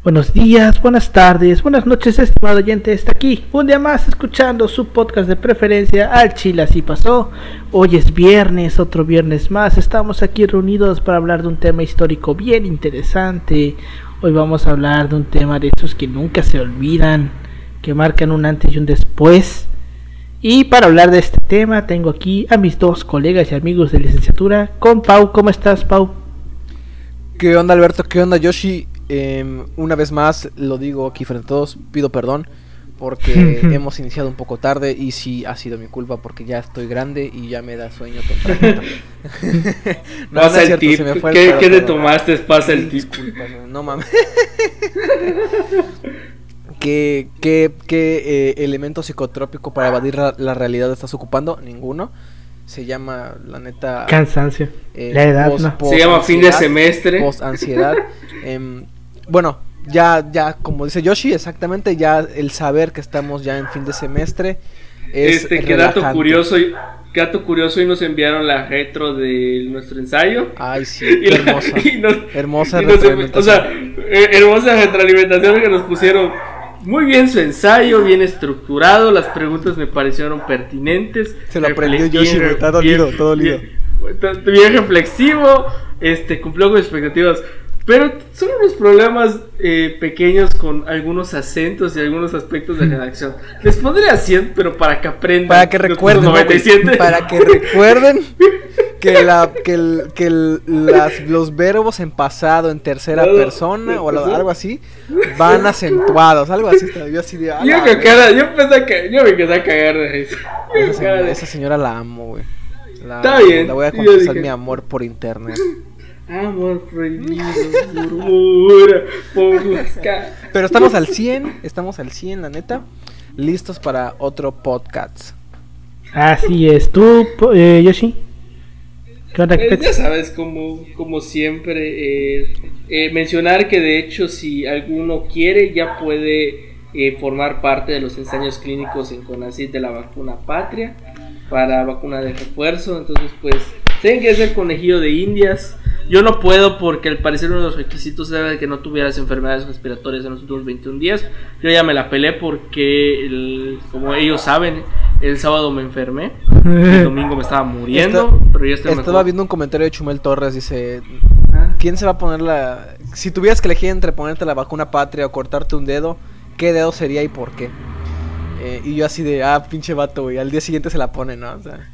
Buenos días, buenas tardes, buenas noches, estimado oyente. Está aquí un día más escuchando su podcast de preferencia, Al Chile Así Pasó. Hoy es viernes, otro viernes más. Estamos aquí reunidos para hablar de un tema histórico bien interesante. Hoy vamos a hablar de un tema de esos que nunca se olvidan, que marcan un antes y un después. Y para hablar de este tema tengo aquí a mis dos colegas y amigos de licenciatura, con Pau. ¿Cómo estás, Pau? ¿Qué onda, Alberto? ¿Qué onda, Yoshi? Una vez más, lo digo aquí frente a todos, pido perdón porque hemos iniciado un poco tarde y sí ha sido mi culpa porque ya estoy grande y ya me da sueño temprano. No, pasa el tip. ¿Qué te tomaste? Pasa el tip. No mames. ¿Qué elemento psicotrópico para evadir la realidad estás ocupando? Ninguno. Se llama, la neta, cansancio. La edad, ¿no? Se llama fin de semestre. Post-ansiedad. Bueno, ya como dice Yoshi, exactamente, ya el saber que estamos ya en fin de semestre es qué dato curioso, y nos enviaron la retro de nuestro ensayo. Ay, sí, qué hermosa. Hermosa retroalimentación. O sea, hermosa retroalimentación que nos pusieron. Muy bien su ensayo, bien estructurado, las preguntas me parecieron pertinentes. Se lo aprendió Yoshi, está todo dolido. Bien reflexivo, cumplió con expectativas. Pero son unos problemas pequeños con algunos acentos y algunos aspectos de redacción. Les pondría 100, pero para que aprendan. Para que recuerden. 97. Para que recuerden que los verbos en pasado, en tercera persona o algo así, van acentuados. Algo así. Yo así de. Yo me quedé a cagar de risa. Esa señora la amo, güey. Está bien. La voy a confesar mi amor por internet. Amor prohibido, murmura por las calles. Pero estamos al 100, la neta, listos para otro podcast. Así es. ¿Tú, Yoshi? ¿Qué onda? Ya sabes, como siempre, mencionar que de hecho si alguno quiere ya puede formar parte de los ensayos clínicos en CONACYT de la vacuna Patria para vacuna de refuerzo. Entonces pues tienen que ser conejillo de indias. Yo no puedo porque al parecer uno de los requisitos era que no tuvieras enfermedades respiratorias en los últimos 21 días. Yo ya me la pelé porque, como ellos saben, el sábado me enfermé, el domingo me estaba muriendo, pero ya estoy Estaba viendo un comentario de Chumel Torres, dice, ¿quién se va a poner si tuvieras que elegir entre ponerte la vacuna Patria o cortarte un dedo, qué dedo sería y por qué? Y yo así de, pinche vato, güey, al día siguiente se la pone, ¿no? O sea...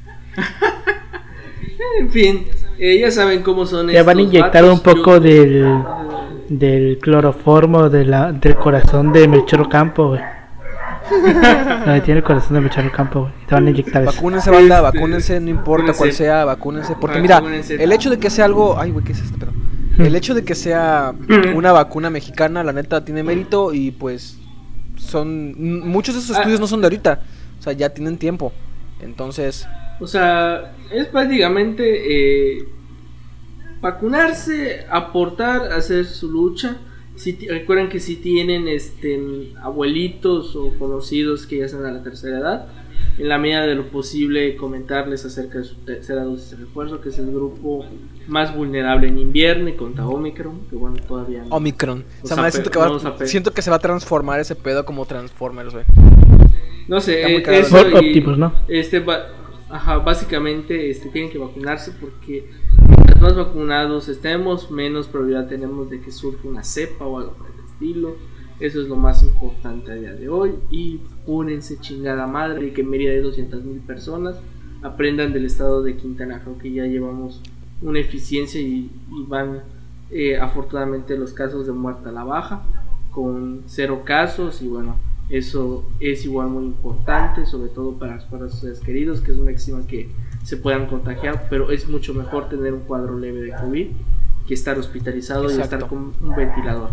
En fin, ya saben cómo son. Ya van a inyectar un poco del cloroformo del corazón de Melchor Ocampo, güey. No, tiene el corazón de Melchor Ocampo, güey. Te van a inyectar eso. Vacúnense, banda, vacúnense, no importa cuál sea, vacúnense. Porque mira, el hecho de que sea algo... Ay, güey, ¿qué es esto? Perdón. El hecho de que sea una vacuna mexicana, la neta, tiene mérito y pues muchos de esos estudios no son de ahorita. O sea, ya tienen tiempo. Entonces... O sea, es prácticamente vacunarse, aportar, hacer su lucha. Recuerden que si tienen abuelitos o conocidos que ya están a la tercera edad, en la medida de lo posible comentarles acerca de su tercera dosis de refuerzo, que es el grupo más vulnerable en invierno y contra Omicron, que bueno, todavía no. Omicron. O sea, siento que se va a transformar ese pedo como Transformers, güey. No sé, eso Optimus, ¿no? Básicamente tienen que vacunarse porque mientras más vacunados estemos, menos probabilidad tenemos de que surja una cepa o algo por el estilo. Eso es lo más importante a día de hoy. Y únense, chingada madre, que en Mérida hay 200,000 personas. Aprendan del estado de Quintana Roo, que ya llevamos una eficiencia y van afortunadamente los casos de muerte a la baja, con 0 casos. Y bueno, eso es igual muy importante, sobre todo para sus seres queridos, que es una eczema que se puedan contagiar, pero es mucho mejor tener un cuadro leve de COVID que estar hospitalizado. Exacto. Y estar con un ventilador.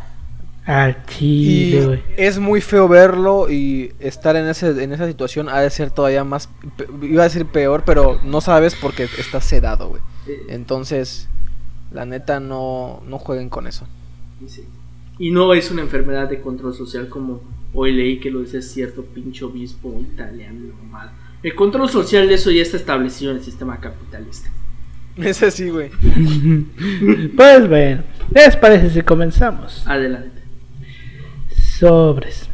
Chile, güey. Es muy feo verlo y estar en esa situación ha de ser todavía más, iba a decir peor, pero no sabes porque estás sedado, güey. Entonces, la neta, no jueguen con eso. Sí. Y no es una enfermedad de control social como hoy leí que lo dice cierto pinche obispo italiano normal. El control social de eso ya está establecido en el sistema capitalista. Ese sí, güey. Pues bueno, ¿les parece si comenzamos? Adelante. Sobres.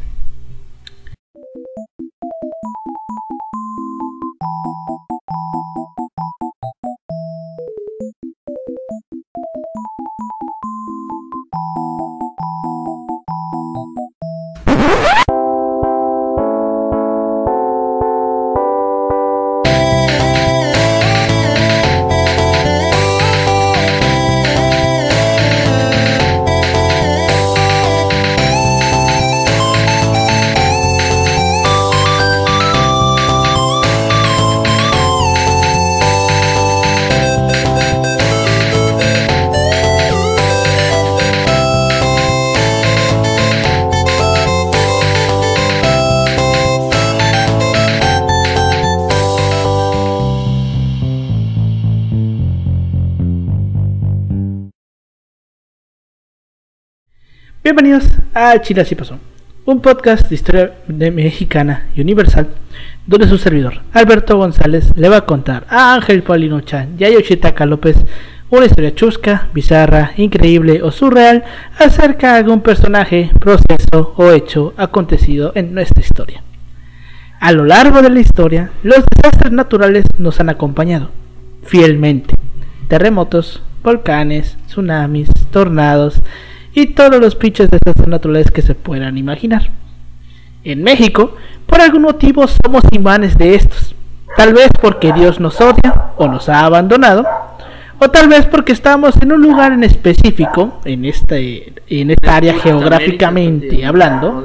Bienvenidos a Chile Así Pasó, un podcast de historia mexicana y universal, donde su servidor, Alberto González, le va a contar a Ángel Paulino Chan y a Yoshitaka López una historia chusca, bizarra, increíble o surreal acerca de algún personaje, proceso o hecho acontecido en nuestra historia. A lo largo de la historia, los desastres naturales nos han acompañado fielmente: terremotos, volcanes, tsunamis, tornados y todos los pinches desastres naturales que se puedan imaginar. En México, por algún motivo somos imanes de estos. Tal vez porque Dios nos odia o nos ha abandonado, o tal vez porque estamos en un lugar en específico, en esta área geográficamente hablando,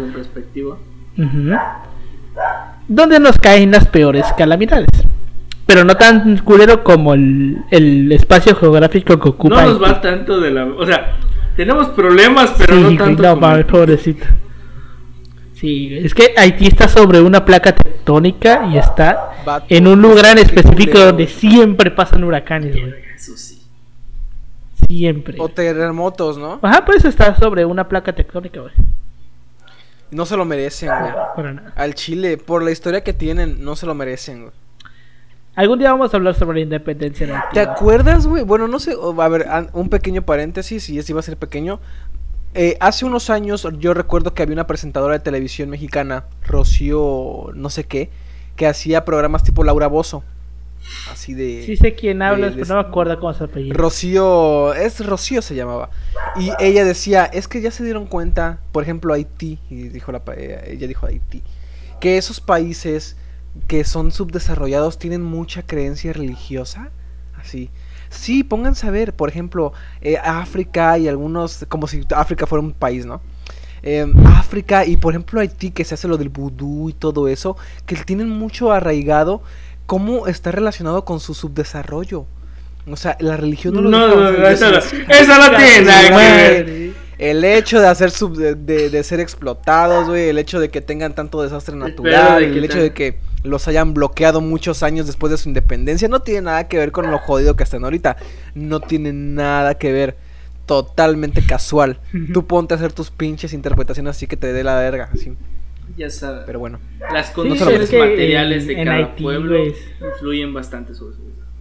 donde nos caen las peores calamidades. Pero no tan culero como el espacio geográfico que ocupa. No nos va tanto de la... O sea, tenemos problemas, pero sí, no tanto. No, como... pobrecito. Sí, es que Haití está sobre una placa tectónica y está en un lugar en específico donde siempre pasan huracanes, güey. Eso sí. Siempre. O terremotos, ¿no? Ajá, por eso está sobre una placa tectónica, güey. No se lo merecen, güey. Para nada. Al Chile, por la historia que tienen, no se lo merecen, güey. Algún día vamos a hablar sobre la independencia de Haití. ¿Te acuerdas, güey? Bueno, no sé, a ver, un pequeño paréntesis, y este iba a ser pequeño. Hace unos años yo recuerdo que había una presentadora de televisión mexicana, Rocío no sé qué, que hacía programas tipo Laura Bozzo. Así de... Sí sé quién hablas, pero no me acuerdo cómo se apellida. Rocío se llamaba. Y ella decía, es que ya se dieron cuenta, por ejemplo, Haití, y ella dijo Haití, que esos países que son subdesarrollados tienen mucha creencia religiosa, así. Sí, pónganse a ver, por ejemplo, África y algunos, como si África fuera un país, ¿no? África y por ejemplo Haití, que se hace lo del vudú y todo eso, que tienen mucho arraigado cómo está relacionado con su subdesarrollo. O sea, la religión no lo deja. Esa no tiene nada que ver. El hecho de hacer de ser explotados, güey, el hecho de que tengan tanto desastre natural, el hecho de que los hayan bloqueado muchos años después de su independencia, no tiene nada que ver con lo jodido que están ahorita. No tiene nada que ver. Totalmente casual. Tú ponte a hacer tus pinches interpretaciones así que te dé la verga, así. Ya sabes. Pero bueno. Las condiciones materiales de cada Haití, pueblo influyen bastante sobre su vida.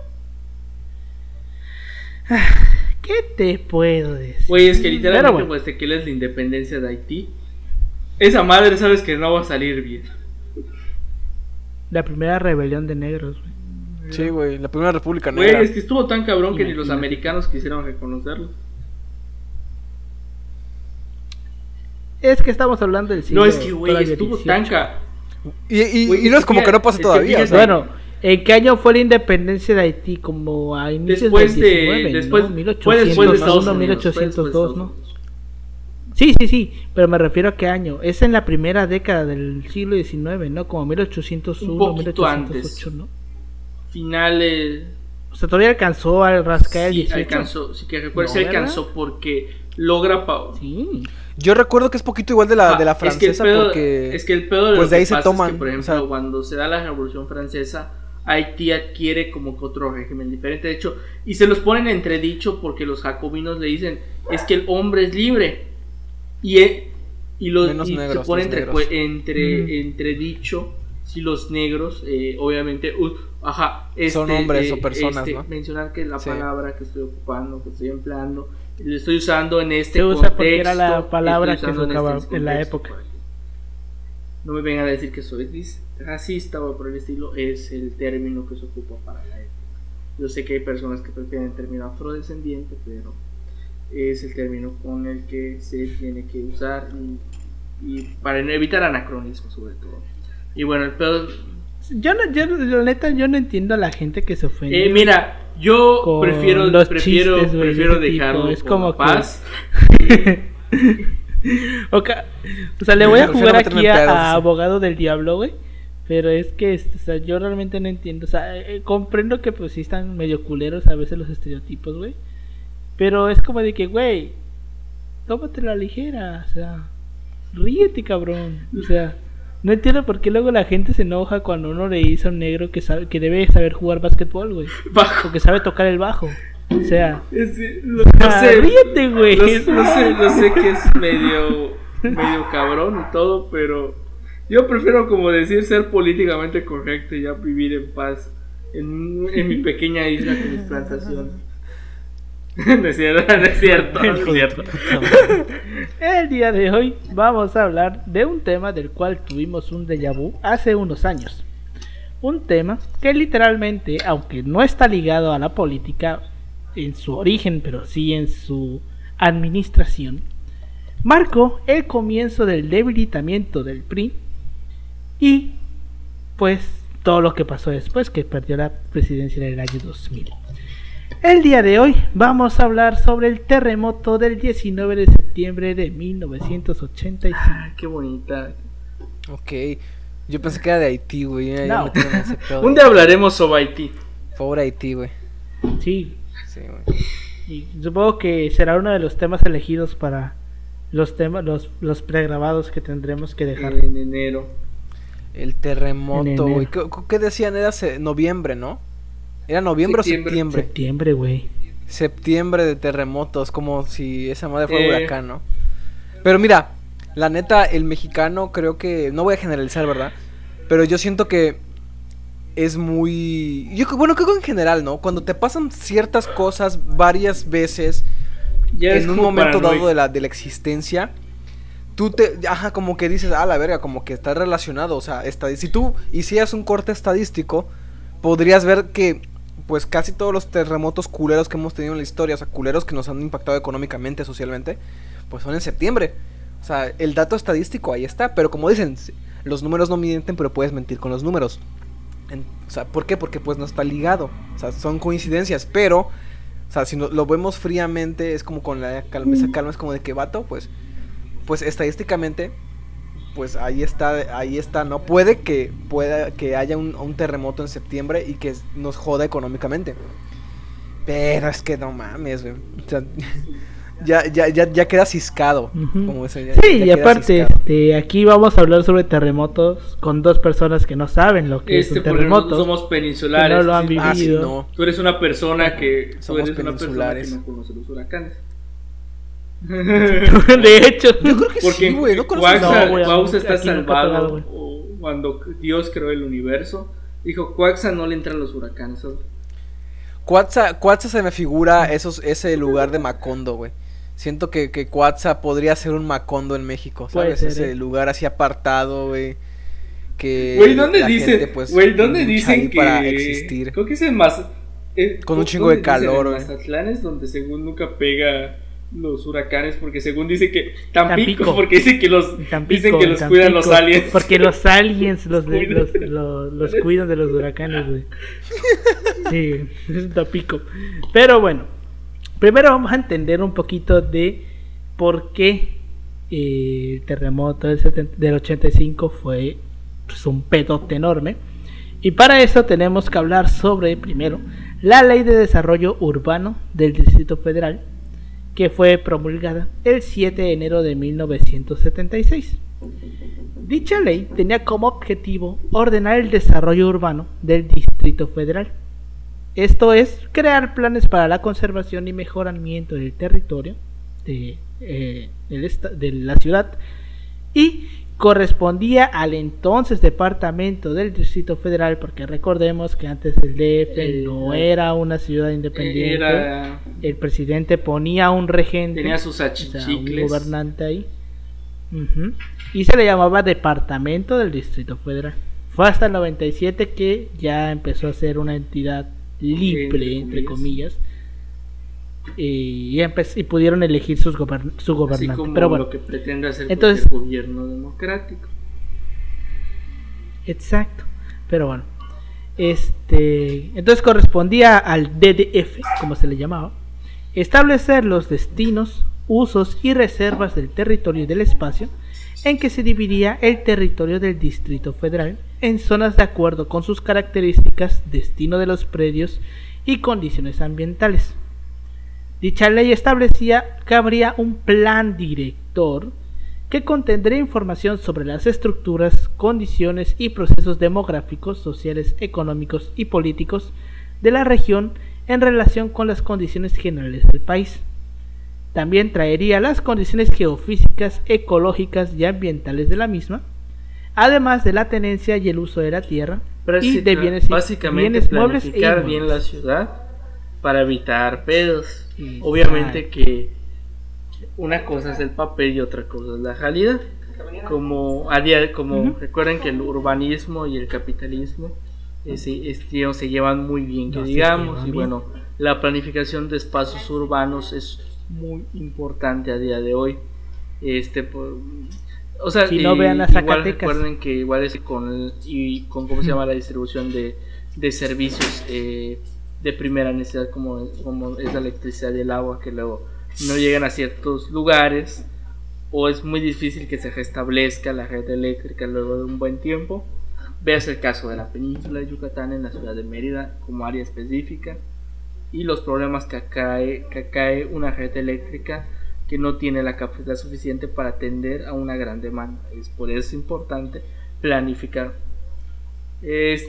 ¿Qué te puedo decir? Güey, es que literalmente bueno, pues te quieres la independencia de Haití. Esa madre sabes que no va a salir bien. La primera rebelión de negros, güey. Sí, güey, la primera república negra. Güey, es que estuvo tan cabrón que ni los americanos quisieron reconocerlo. Es que estamos hablando del siglo. No, es que, güey, estuvo tan cabrón. Y no es como que no pasa todavía. Fíjate, bueno, ¿en qué año fue la independencia de Haití? Como a inicios después del 19, de, después, ¿no? 1800, fue después de Estados Unidos, 1802, ¿no? Sí, pero me refiero a qué año. Es en la primera década del siglo XIX, ¿no? Como 1801, un poquito 1808, antes, ¿no? Finales. O sea, todavía alcanzó a rascar el 18. Alcanzó, sí que recuerdo, sí alcanzó porque logra Sí. Yo recuerdo que es poquito igual de la francesa, porque es que el pedo de pues lo de ahí que se pasa toman, es que, por ejemplo, cuando se da la Revolución Francesa, Haití adquiere como que otro régimen diferente, de hecho, y se los ponen entredicho porque los jacobinos le dicen, es que el hombre es libre, y se pone entredicho si los negros, obviamente, son hombres o personas, ¿no? mencionar que la palabra que estoy ocupando, que estoy empleando, Lo estoy usando en este se contexto. usa porque era la palabra que se usaba en la época. No me vengan a decir que soy racista o por el estilo, es el término que se ocupa para la época. Yo sé que hay personas que prefieren el término afrodescendiente, pero es el término con el que se tiene que usar y para evitar anacronismos sobre todo. Y bueno, el pedo... la neta, yo no entiendo a la gente que se ofende. Mira, yo prefiero dejarlo es como paz. O sea, le voy a jugar aquí a abogado del diablo, güey. Pero es que o sea, yo realmente no entiendo. O sea, comprendo que pues sí están medio culeros a veces los estereotipos, güey. Pero es como de que, güey, tómatela ligera. O sea, ríete, cabrón. O sea, no entiendo por qué luego la gente se enoja cuando uno le dice a un negro que debe saber jugar básquetbol, güey. O que sabe tocar el bajo. O sea, no sé, ríete, güey. No sé que es medio cabrón y todo, pero yo prefiero, como decir, ser políticamente correcto y ya vivir en paz en mi pequeña isla con mis plantaciones. No es cierto. El día de hoy vamos a hablar de un tema del cual tuvimos un déjà vu hace unos años. Un tema que literalmente, aunque no está ligado a la política en su origen, pero sí en su administración, marcó el comienzo del debilitamiento del PRI y pues todo lo que pasó después, que perdió la presidencia en el año 2000. El día de hoy vamos a hablar sobre el terremoto del 19 de septiembre de 1985. Qué bonita. Ok, yo pensé que era de Haití, güey. No. Un día hablaremos sobre Haití. Pobre Haití, güey. Sí, güey. Y supongo que será uno de los temas elegidos para los pregrabados que tendremos que dejar en enero. El terremoto, güey. ¿Qué decían? Era noviembre, ¿no? ¿Era noviembre o septiembre? Septiembre, güey. Septiembre de terremotos, como si esa madre fuera huracán, ¿no? Pero mira, la neta, el mexicano creo que... No voy a generalizar, ¿verdad? Pero yo siento que es muy... creo que en general, ¿no? Cuando te pasan ciertas cosas varias veces ya en un momento dado de la existencia, tú como que dices, la verga, como que está relacionado. O sea, si tú hicieras un corte estadístico, podrías ver que pues casi todos los terremotos culeros que hemos tenido en la historia, o sea, culeros que nos han impactado económicamente, socialmente, pues son en septiembre. O sea, el dato estadístico ahí está, pero como dicen, los números no mienten, pero puedes mentir con los números. O sea, ¿por qué? Porque pues no está ligado. O sea, son coincidencias, pero, o sea, si lo vemos fríamente, es como con esa calma es como de que vato, pues estadísticamente, pues ahí está, ¿no? Pueda que haya un terremoto en septiembre y que nos joda económicamente. Pero es que no mames, güey. O sea, ya queda ciscado. Como ese, sí, y aparte, aquí vamos a hablar sobre terremotos con dos personas que no saben lo que es un terremoto. Somos peninsulares. Que no lo han vivido. Sí, no. Tú eres una persona que... Somos peninsulares. Que no conoce los huracanes. De hecho, yo creo que porque sí, güey. No Cuauhxa está salvado. Pegado, cuando Dios creó el universo, dijo: Cuauhxa no le entran los huracanes. Cuauhxa se me figura ese lugar de Macondo, güey. Siento que Cuauhxa podría ser un Macondo en México, ¿sabes? Ese lugar así apartado, güey. Güey, ¿dónde dicen que para existir? Creo que es en con un chingo de calor, güey. En Mazatlán es donde según nunca pega los huracanes, porque según dice que Tampico, porque dice que los cuidan los aliens. Porque los aliens los cuidan de los huracanes, güey. Sí, es Tampico. Pero bueno, primero vamos a entender un poquito de por qué el terremoto del 85 fue pues, un pedote enorme. Y para eso tenemos que hablar sobre, primero, la Ley de Desarrollo Urbano del Distrito Federal, que fue promulgada el 7 de enero de 1976. Dicha ley tenía como objetivo ordenar el desarrollo urbano del Distrito Federal. Esto es, crear planes para la conservación y mejoramiento del territorio de la ciudad y correspondía al entonces departamento del Distrito Federal, porque recordemos que antes el DF no era una ciudad independiente, el presidente ponía un regente, tenía sus achichicles, un gobernante ahí, y se le llamaba departamento del Distrito Federal. Fue hasta el 97 que ya empezó a ser una entidad libre, entre comillas, y pudieron elegir su gobernante. Así como pero bueno, lo que pretende hacer entonces, el gobierno democrático. Exacto, pero bueno, entonces correspondía al DDF, como se le llamaba, establecer los destinos, usos y reservas del territorio y del espacio en que se dividía el territorio del Distrito Federal en zonas de acuerdo con sus características, destino de los predios y condiciones ambientales. Dicha ley establecía que habría un plan director que contendría información sobre las estructuras, condiciones y procesos demográficos, sociales, económicos y políticos de la región en relación con las condiciones generales del país. También traería las condiciones geofísicas, ecológicas y ambientales de la misma, además de la tenencia y el uso de la tierra y de bienes muebles e inmuebles. Bien la ciudad para evitar pedos. Obviamente que una cosa es el papel y otra cosa es la realidad. Recuerden que el urbanismo y el capitalismo se llevan muy bien, que digamos, y bueno, la planificación de espacios urbanos es muy importante a día de hoy. Si no vean a Zacatecas, recuerden que igual es con cómo se llama la distribución de servicios de primera necesidad, como es la electricidad y el agua, que luego no llegan a ciertos lugares, o es muy difícil que se restablezca la red eléctrica luego de un buen tiempo. Veas el caso de la península de Yucatán en la ciudad de Mérida como área específica, y los problemas que acae una red eléctrica que no tiene la capacidad suficiente para atender a una gran demanda. Es por eso importante planificar. El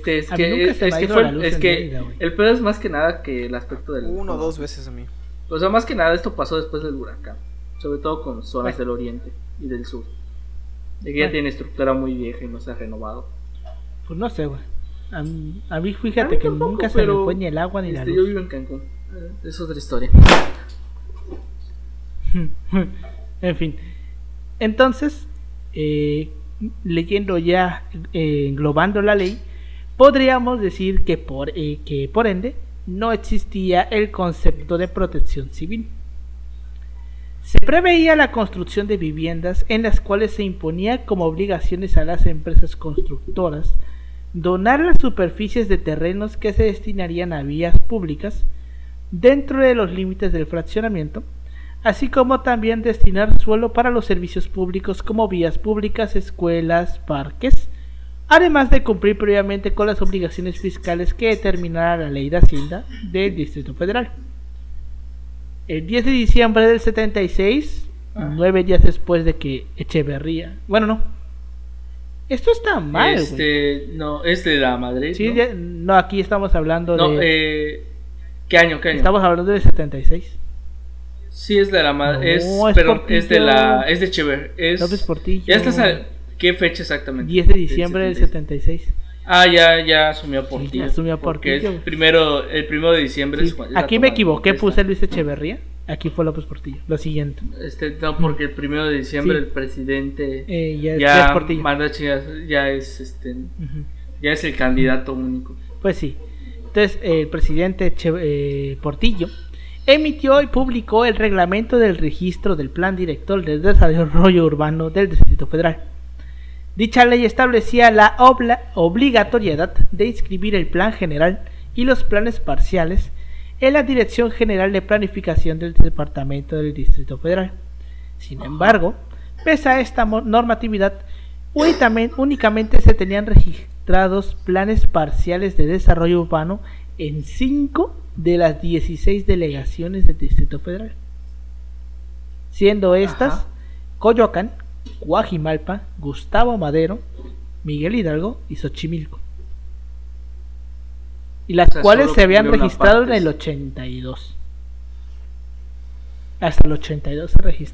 peor es más que nada que el aspecto del... 1 o 2 veces a mí. O sea, más que nada esto pasó después del huracán, sobre todo con zonas del oriente y del sur, de que ya tiene estructura muy vieja y no se ha renovado. Pues no sé, güey. A mí fíjate que tampoco, nunca se me fue ni el agua ni la luz. Yo vivo en Cancún, es otra historia. En fin, entonces, leyendo ya, englobando la ley, podríamos decir que por ende no existía el concepto de protección civil. Se preveía la construcción de viviendas en las cuales se imponía como obligaciones a las empresas constructoras donar las superficies de terrenos que se destinarían a vías públicas dentro de los límites del fraccionamiento, así como también destinar suelo para los servicios públicos como vías públicas, escuelas, parques, además de cumplir previamente con las obligaciones fiscales que determinara la Ley de Hacienda del Distrito Federal. El 10 de diciembre del 76, 9 días después de que Echeverría... Bueno, no. Esto está mal, no, es de la Madrid, sí, ¿no? No, aquí estamos hablando de... ¿Qué año? Estamos hablando del 76. Sí, es de la Madrid, no, es de Echeverría. López Portillo. Ya estás ¿qué fecha exactamente? 10 de diciembre del 76. Ya asumió Portillo. Sí, ya asumió Portillo. El primero de diciembre. Sí. Aquí me equivoqué, puse Luis Echeverría. Aquí fue López Portillo. Lo siguiente. No, porque el 1 de diciembre el presidente ya es Portillo. Ya es ya es el candidato único. Pues sí. Entonces el presidente Portillo emitió y publicó el reglamento del registro del Plan Director del Desarrollo Urbano del Distrito Federal. Dicha ley establecía la obligatoriedad de inscribir el plan general y los planes parciales en la Dirección General de Planificación del Departamento del Distrito Federal. Sin embargo, pese a esta normatividad, únicamente se tenían registrados planes parciales de desarrollo urbano en 5 de las 16 delegaciones del Distrito Federal, siendo estas Coyoacán, Guajimalpa, Gustavo Madero, Miguel Hidalgo y Xochimilco, y las cuales se habían registrado en el 82. Hasta el 82 se registraron.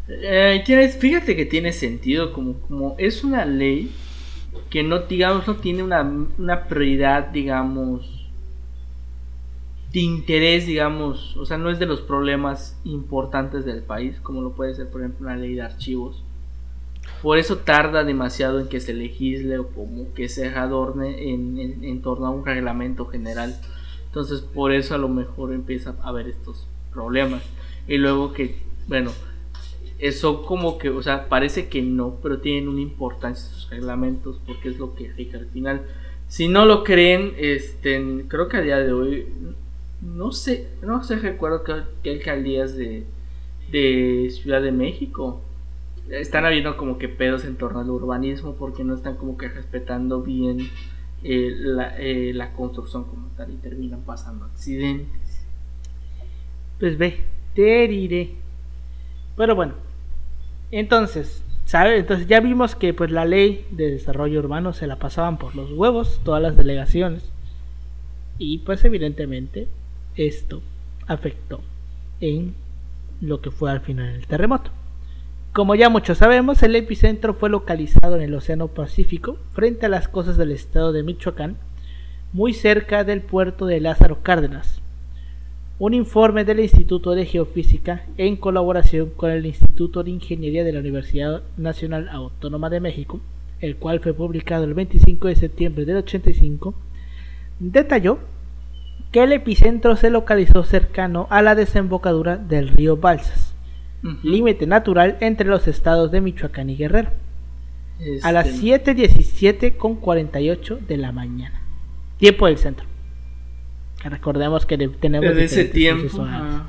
Fíjate que tiene sentido, como es una ley que no, digamos, no tiene una prioridad, digamos, de interés, digamos, o sea, no es de los problemas importantes del país, como lo puede ser, por ejemplo, una ley de archivos. Por eso tarda demasiado en que se legisle o como que se adorne en torno a un reglamento general. Entonces, por eso a lo mejor empieza a haber estos problemas. Y luego que, bueno, eso como que, o sea, parece que no, pero tienen una importancia estos reglamentos porque es lo que rige al final. Si no lo creen, creo que a día de hoy, no sé, recuerdo que alcaldías de Ciudad de México están habiendo como que pedos en torno al urbanismo porque no están como que respetando bien la construcción como tal y terminan pasando accidentes. Pues ve, te diré. Pero bueno, entonces, ¿sabes? Entonces ya vimos que pues la ley de desarrollo urbano se la pasaban por los huevos todas las delegaciones. Y pues evidentemente esto afectó en lo que fue al final el terremoto. Como ya muchos sabemos, el epicentro fue localizado en el Océano Pacífico, frente a las costas del estado de Michoacán, muy cerca del puerto de Lázaro Cárdenas. Un informe del Instituto de Geofísica, en colaboración con el Instituto de Ingeniería de la Universidad Nacional Autónoma de México, el cual fue publicado el 25 de septiembre del 85, detalló que el epicentro se localizó cercano a la desembocadura del río Balsas, límite natural entre los estados de Michoacán y Guerrero, a las 7:17:48 de la mañana, tiempo del centro. Recordemos que tenemos desde ese tiempo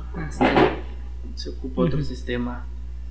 se ocupó otro sistema.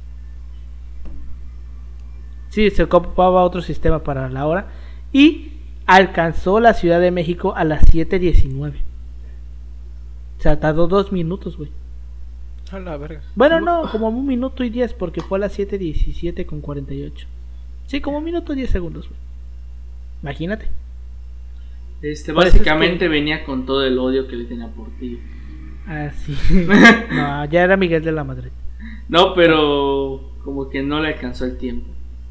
Sí, se ocupaba otro sistema para la hora y alcanzó la Ciudad de México a las 7:19. O sea, tardó 2 minutos, güey. A la verga. Bueno, no, como 1 minuto y 10 porque fue a las 7:17:48. Sí, como 1 minuto y 10 segundos, güey. Imagínate. Básicamente venía con todo el odio que le tenía por ti. Ah, sí. No, ya era Miguel de la Madrid. No, pero como que no le alcanzó el tiempo.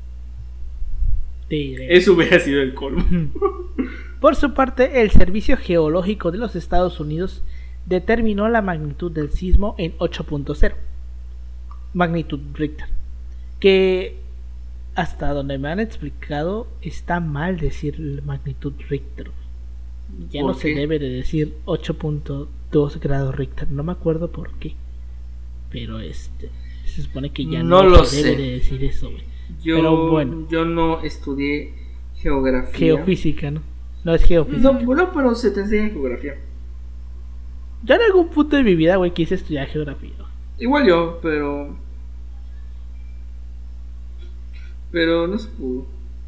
Sí, eso hubiera sido el colmo. Por su parte, el Servicio Geológico de los Estados Unidos determinó la magnitud del sismo en 8.0, magnitud Richter, que hasta donde me han explicado está mal decir magnitud Richter. Ya no se debe de decir 8.2 grados Richter, no me acuerdo por qué, pero se supone que ya no se debe de decir eso, güey. Pero bueno, yo no estudié geofísica, ¿no? No es geofísica. No, pero se te enseña geografía. Yo en algún punto de mi vida, güey, quise estudiar geografía. Igual yo, pero no se pudo.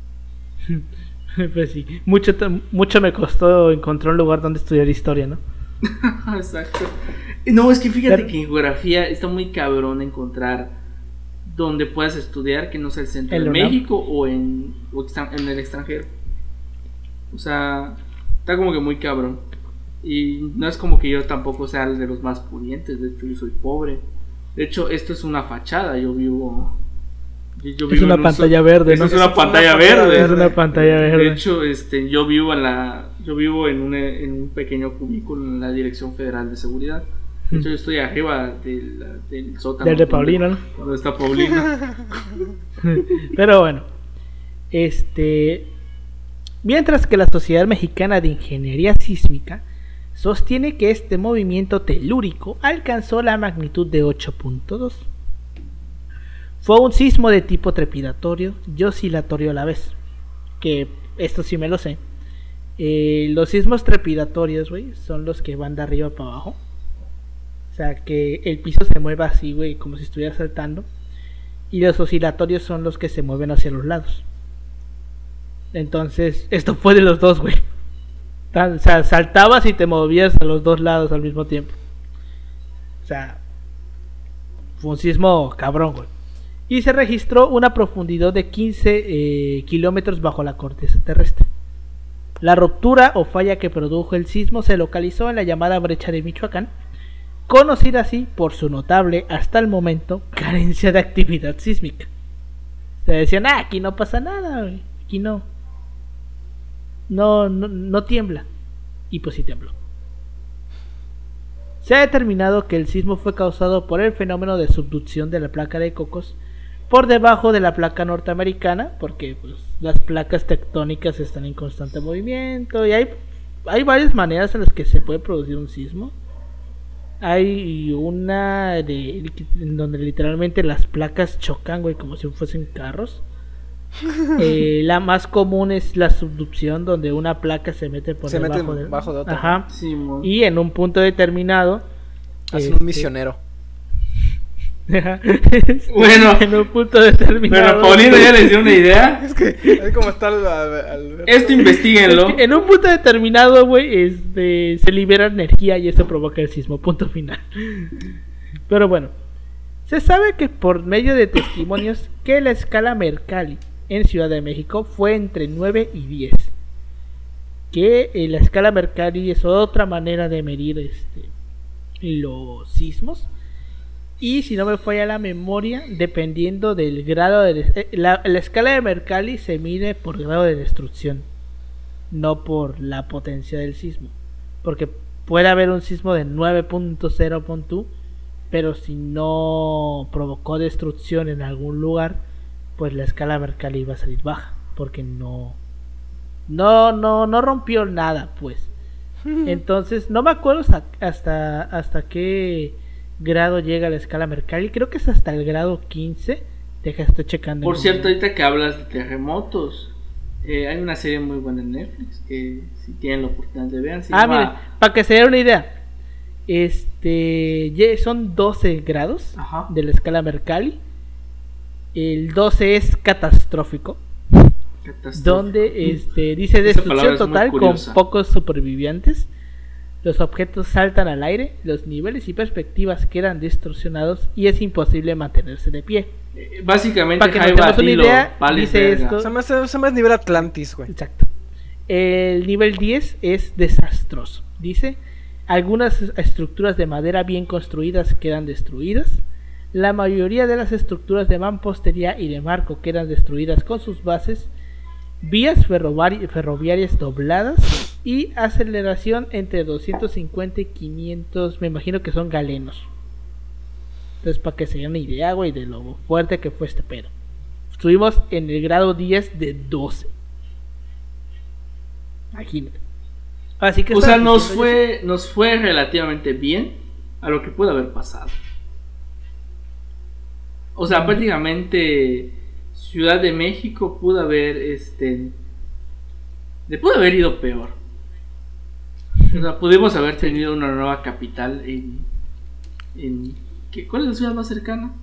Pues sí, mucho me costó encontrar un lugar donde estudiar historia, ¿no? Exacto. No, es que fíjate que en geografía está muy cabrón encontrar donde puedas estudiar que no sea el centro de México o en el extranjero. O sea, está como que muy cabrón. Y no es como que yo tampoco sea de los más pudientes. De hecho, yo soy pobre. De hecho, esto es una fachada. Yo vivo es una pantalla verde, ¿no? Es una pantalla verde. Es una pantalla verde. De hecho, yo vivo en un pequeño cubículo en la Dirección Federal de Seguridad. De hecho, yo estoy arriba del sótano. Del de Paulino, ¿no? Donde está Paulino. Pero bueno, mientras que la Sociedad Mexicana de Ingeniería Sísmica sostiene que este movimiento telúrico alcanzó la magnitud de 8.2. Fue un sismo de tipo trepidatorio y oscilatorio a la vez. Que esto sí me lo sé. Los sismos trepidatorios, güey, son los que van de arriba para abajo. O sea, que el piso se mueva así, güey, como si estuviera saltando. Y los oscilatorios son los que se mueven hacia los lados. Entonces, esto fue de los dos, güey. O sea, saltabas y te movías a los dos lados al mismo tiempo. O sea, fue un sismo cabrón, güey. Y se registró una profundidad de 15 kilómetros bajo la corteza terrestre. La ruptura o falla que produjo el sismo se localizó en la llamada brecha de Michoacán, conocida así por su notable, hasta el momento, carencia de actividad sísmica. Se decían, aquí no pasa nada, güey. Aquí no tiembla. Y pues sí tembló. Se ha determinado que el sismo fue causado por el fenómeno de subducción de la placa de Cocos por debajo de la placa norteamericana, porque pues, las placas tectónicas están en constante movimiento y hay varias maneras en las que se puede producir un sismo. Hay una en donde literalmente las placas chocan, güey, como si fuesen carros. La más común es la subducción, donde una placa se mete debajo de otra. Ajá. Sí, y en un punto determinado hacen un misionero. Bueno, en un punto determinado. Pero Paulino ya les dio una idea. Es que como está esto investiguenlo. En un punto determinado, güey, se libera energía y eso provoca el sismo. Punto final. Pero bueno, se sabe que por medio de testimonios que la escala Mercalli en Ciudad de México fue entre 9 y 10. Que la escala Mercalli es otra manera de medir los sismos. Y si no me falla la memoria, dependiendo del grado de... la escala de Mercalli se mide por grado de destrucción, no por la potencia del sismo. Porque puede haber un sismo de 9.0, pon tú, pero si no provocó destrucción en algún lugar, pues la escala Mercalli va a salir baja, porque no rompió nada, pues. Entonces, no me acuerdo hasta qué grado llega la escala Mercalli. Creo que es hasta el grado 15. Estoy checando. Por cierto, ahorita que hablas de terremotos, hay una serie muy buena en Netflix que si tienen la oportunidad de ver. Miren, para que se den una idea, son 12 grados. Ajá. De la escala Mercalli. El 12 es catastrófico. Donde dice destrucción total con pocos supervivientes. Los objetos saltan al aire, los niveles y perspectivas quedan distorsionados y es imposible mantenerse de pie. Básicamente, para que nos tengamos una idea, dice esto. Se me hace nivel Atlantis, güey. Exacto. El nivel 10 es desastroso. Dice, algunas estructuras de madera bien construidas quedan destruidas. La mayoría de las estructuras de mampostería y de marco quedan destruidas con sus bases. Vías ferroviarias dobladas y aceleración entre 250 y 500, me imagino que son galenos. Entonces, para que se den una idea, güey, de lo fuerte que fue este pedo. Estuvimos en el grado 10 de 12. Imagínate. Así que, o sea, nos fue relativamente bien a lo que pudo haber pasado. O sea, prácticamente Ciudad de México pudo haber le pudo haber ido peor. O sea, pudimos haber tenido una nueva capital ¿cuál es la ciudad más cercana?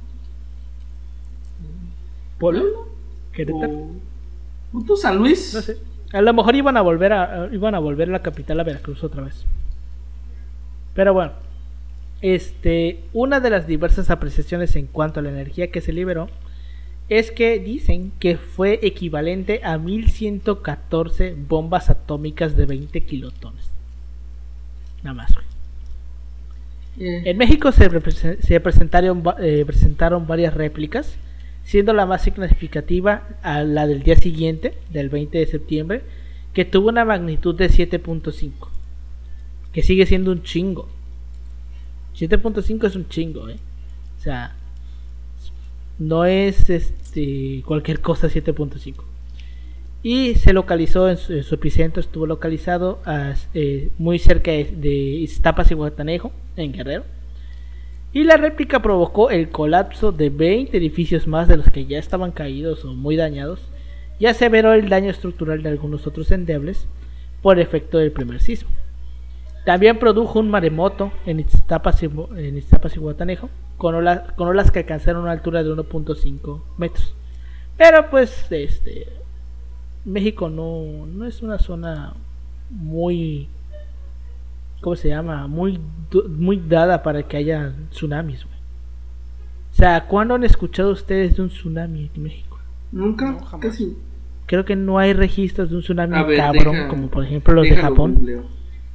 ¿Puebla? ¿Querétaro? ¿Tú, San Luis? No sé. A lo mejor iban a volver la capital a Veracruz otra vez. Pero bueno, una de las diversas apreciaciones en cuanto a la energía que se liberó es que dicen que fue equivalente a 1114 bombas atómicas de 20 kilotones. Nada más, güey. En México se presentaron varias réplicas, siendo la más significativa a la del día siguiente, del 20 de septiembre, que tuvo una magnitud de 7.5, que sigue siendo un chingo. 7.5 es un chingo, o sea, no es cualquier cosa. 7.5. Y se localizó en su epicentro, estuvo localizado muy cerca de Iztapas y Guatanejo, en Guerrero. Y la réplica provocó el colapso de 20 edificios más de los que ya estaban caídos o muy dañados, y aseveró el daño estructural de algunos otros endebles por efecto del primer sismo. También produjo un maremoto en Iztapas y Guatanejo, con olas que alcanzaron una altura de 1.5 metros. Pero pues México no es una zona muy, ¿cómo se llama? Muy dada para que haya tsunamis, güey. O sea, ¿cuándo han escuchado ustedes de un tsunami en México? Nunca, no, jamás. Casi. Creo que no hay registros de un tsunami cabrón, como por ejemplo los de Japón. Googleo.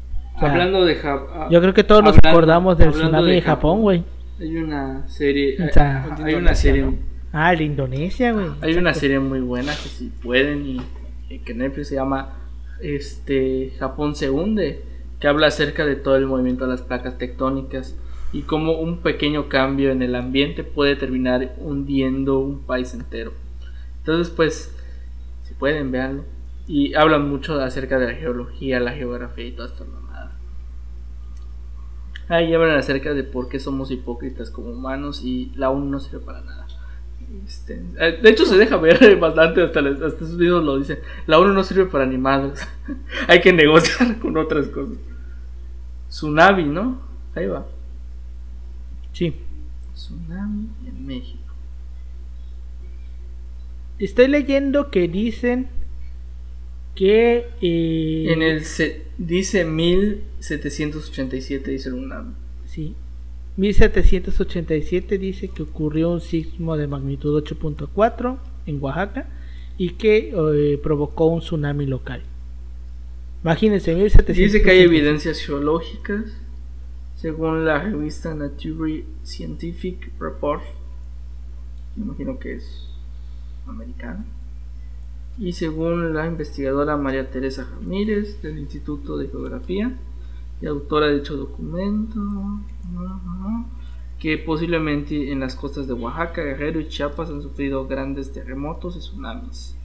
Hablando de Japón, yo creo que todos nos acordamos del tsunami de Japón, güey. Hay una serie, O sea, hay una serie, ¿no? Ah, de Indonesia, güey. Hay una serie muy buena que si pueden y que Netflix se llama Japón se hunde, que habla acerca de todo el movimiento de las placas tectónicas y cómo un pequeño cambio en el ambiente puede terminar hundiendo un país entero. Entonces, pues, si pueden, véanlo. Y hablan mucho acerca de la geología, la geografía y todas estas mamadas. Ahí hablan acerca de por qué somos hipócritas como humanos y la ONU no sirve para nada. De hecho se deja ver bastante, hasta esos videos lo dicen. La ONU no sirve para ni madres. Hay que negociar con otras cosas. Tsunami, ¿no? Ahí va. Sí. Tsunami en México. Estoy leyendo que dicen que dice 1787 dice el UNAM. Sí. 1787 dice que ocurrió un sismo de magnitud 8.4 en Oaxaca y que provocó un tsunami local. Imagínense, 1787. Dice que hay evidencias geológicas según la revista Nature Scientific Report. Me imagino que es americana. Y según la investigadora María Teresa Ramírez del Instituto de Geografía y autora de dicho documento, que posiblemente en las costas de Oaxaca, Guerrero y Chiapas han sufrido grandes terremotos y tsunamis.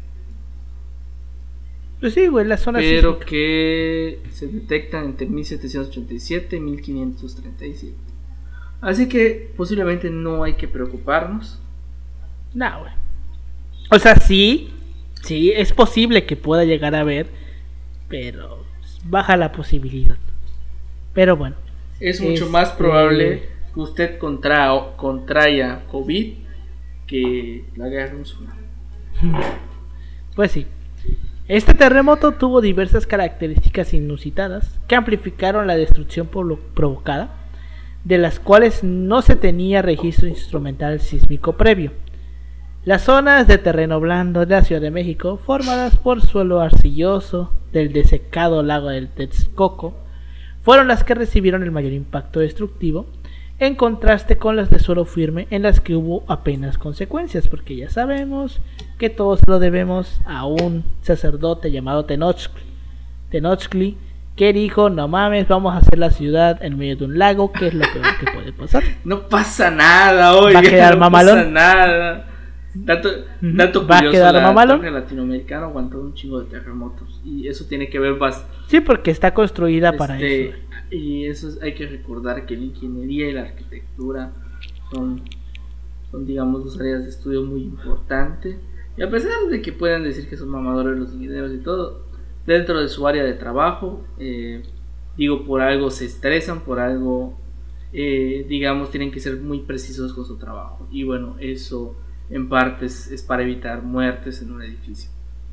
Pues sí, güey, la zona pero sísmica, que se detectan entre 1787 y 1537. Así que posiblemente no hay que preocuparnos. No, güey. O sea, sí, es posible que pueda llegar a haber, pero baja la posibilidad. Pero bueno. Es mucho más probable que usted contraiga COVID que la guerra un tsunami. Pues sí. Este terremoto tuvo diversas características inusitadas que amplificaron la destrucción provocada, de las cuales no se tenía registro instrumental sísmico previo. Las zonas de terreno blando de la Ciudad de México, formadas por suelo arcilloso del desecado lago del Texcoco, fueron las que recibieron el mayor impacto destructivo, en contraste con las de suelo firme, en las que hubo apenas consecuencias, porque ya sabemos que todos lo debemos a un sacerdote llamado Tenochtitlan, que dijo: no mames, vamos a hacer la ciudad en medio de un lago, que es lo peor que puede pasar. No pasa nada, oye, va a quedar no mamalón. Pasa nada. Dato va curioso, a quedar mamalón. El latinoamericano aguantó un chingo de terremotos y eso tiene que ver bastante. Sí, porque está construida para eso. Y eso hay que recordar que la ingeniería y la arquitectura son digamos dos áreas de estudio muy importantes. Y a pesar de que puedan decir que son mamadores los ingenieros y todo, dentro de su área de trabajo, por algo se estresan, por algo, digamos, tienen que ser muy precisos con su trabajo. Y bueno, eso en parte es para evitar muertes en un edificio.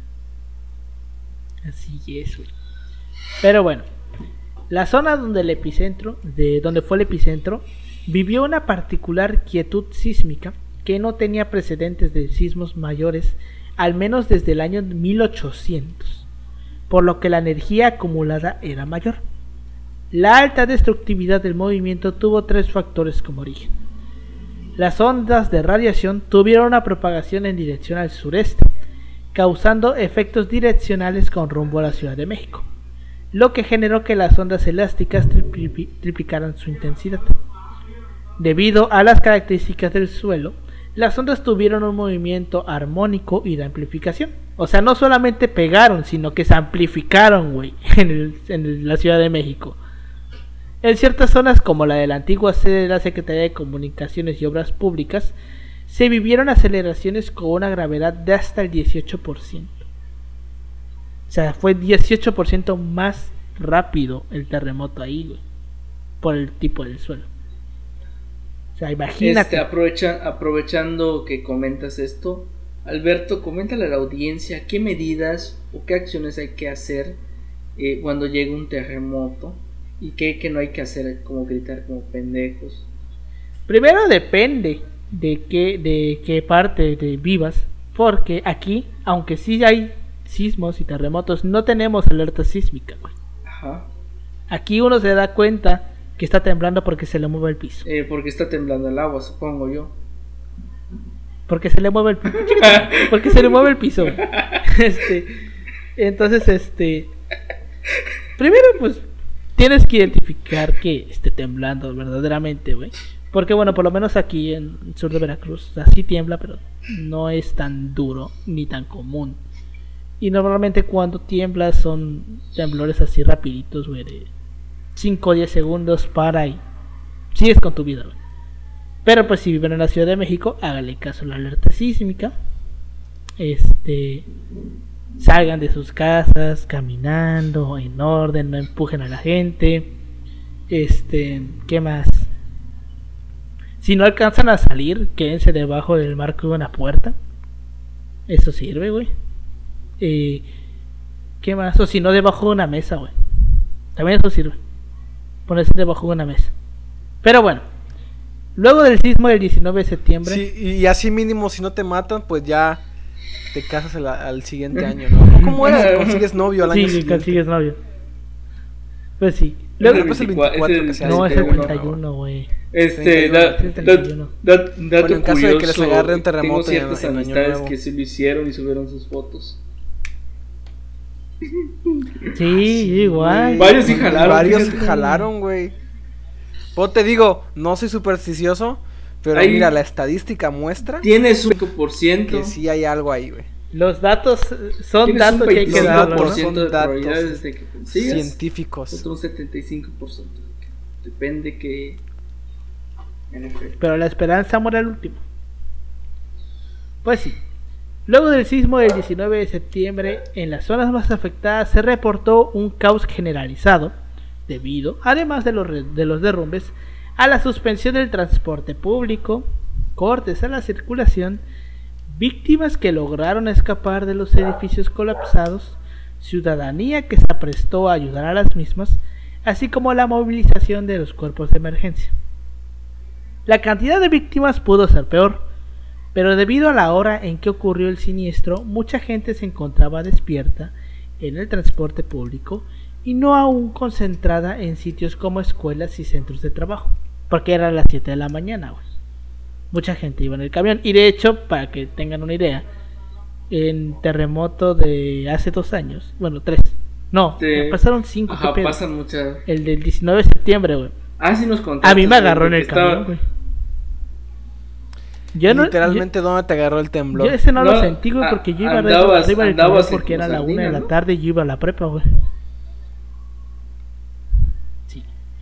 Así es, güey. Pero bueno, la zona donde donde fue el epicentro, vivió una particular quietud sísmica que no tenía precedentes de sismos mayores, al menos desde el año 1800, por lo que la energía acumulada era mayor. La alta destructividad del movimiento tuvo tres factores como origen. Las ondas de radiación tuvieron una propagación en dirección al sureste, causando efectos direccionales con rumbo a la Ciudad de México, lo que generó que las ondas elásticas triplicaran su intensidad. Debido a las características del suelo, las ondas tuvieron un movimiento armónico y de amplificación. O sea, no solamente pegaron, sino que se amplificaron, güey, en la Ciudad de México. En ciertas zonas, como la de la antigua sede de la Secretaría de Comunicaciones y Obras Públicas, se vivieron aceleraciones con una gravedad de hasta el 18%. O sea, fue 18% más rápido el terremoto ahí, güey, por el tipo del suelo. O sea, imagínate. Aprovechando que comentas esto, Alberto, coméntale a la audiencia qué medidas o qué acciones hay que hacer cuando llega un terremoto y qué no hay que hacer, como gritar como pendejos. Primero depende de qué parte vivas, porque aquí, aunque sí hay sismos y terremotos, no tenemos alerta sísmica, güey. Ajá. Aquí uno se da cuenta que está temblando porque se le mueve el piso. Porque está temblando el agua, supongo yo. Porque se le mueve el piso. Porque se le mueve el piso. Entonces, primero, pues, tienes que identificar que esté temblando verdaderamente, güey. Porque, bueno, por lo menos aquí en el sur de Veracruz, así tiembla, pero no es tan duro ni tan común. Y normalmente cuando tiembla son temblores así rapiditos, güey, de 5 o 10 segundos para y sigues con tu vida, güey. Pero pues si viven en la Ciudad de México, háganle caso a la alerta sísmica. Salgan de sus casas caminando en orden, no empujen a la gente. ¿Qué más? Si no alcanzan a salir, quédense debajo del marco de una puerta. Eso sirve, güey. ¿Qué más? O si no, debajo de una mesa, güey. También eso sirve. Ponerse debajo de una mesa. Pero bueno, luego del sismo del 19 de septiembre. Sí, y así mínimo, si no te matan, pues ya te casas al siguiente año, ¿no? ¿Cómo era? ¿Consigues novio al año siguiente? Sí, consigues novio. Pues sí. Luego es el 24 que se hace. No, es el 31, güey. Dato en caso curioso, de que les agarre un terremoto, tengo ciertas en Año amistades Nuevo que se lo hicieron y subieron sus fotos. Sí, igual. Varios sí jalaron. Varios jalaron, güey. Pues te digo, no soy supersticioso, pero ahí, mira, la estadística muestra. Tienes un 5%. Que sí hay algo ahí, güey. Los datos son datos que hay que dar, ¿no? Son datos de que científicos. Otro 75%. Depende que... Pero la esperanza muere al último. Pues sí. Luego del sismo del 19 de septiembre, en las zonas más afectadas se reportó un caos generalizado, debido, además de los derrumbes, a la suspensión del transporte público, cortes a la circulación, víctimas que lograron escapar de los edificios colapsados, ciudadanía que se aprestó a ayudar a las mismas, así como la movilización de los cuerpos de emergencia. La cantidad de víctimas pudo ser peor, pero debido a la hora en que ocurrió el siniestro, mucha gente se encontraba despierta en el transporte público y no aún concentrada en sitios como escuelas y centros de trabajo, porque eran las 7 de la mañana, güey. Mucha gente iba en el camión, y de hecho, para que tengan una idea, en terremoto de hace 2 años, bueno, 3, no, pasaron 5. Ajá, pasan muchas. El del 19 de septiembre, güey. Ah, sí nos contaste. A mí me agarró en el camión, güey. Literalmente, ¿dónde te agarró el temblor? Yo ese no lo sentí, güey, porque yo iba arriba del camión porque era la 1 de la tarde y yo iba a la prepa, güey. Sí.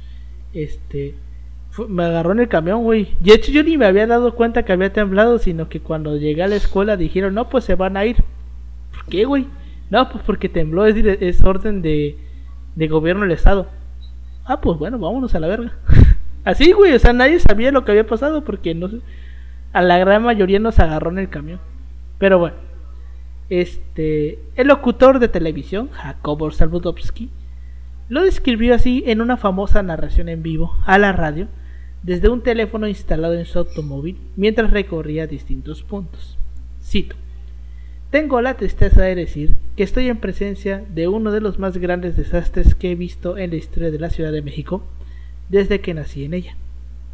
Me agarró en el camión, güey. De hecho, yo ni me había dado cuenta que había temblado, sino que cuando llegué a la escuela dijeron, no, pues se van a ir. ¿Por qué, güey? No, pues porque tembló, es orden de gobierno del estado. Ah, pues bueno, vámonos a la verga. Así, güey, o sea, nadie sabía lo que había pasado porque no sé. A la gran mayoría nos agarró en el camión. Pero bueno, el locutor de televisión, Jacobo Saludowski, lo describió así en una famosa narración en vivo a la radio desde un teléfono instalado en su automóvil mientras recorría distintos puntos. Cito: tengo la tristeza de decir que estoy en presencia de uno de los más grandes desastres que he visto en la historia de la Ciudad de México desde que nací en ella.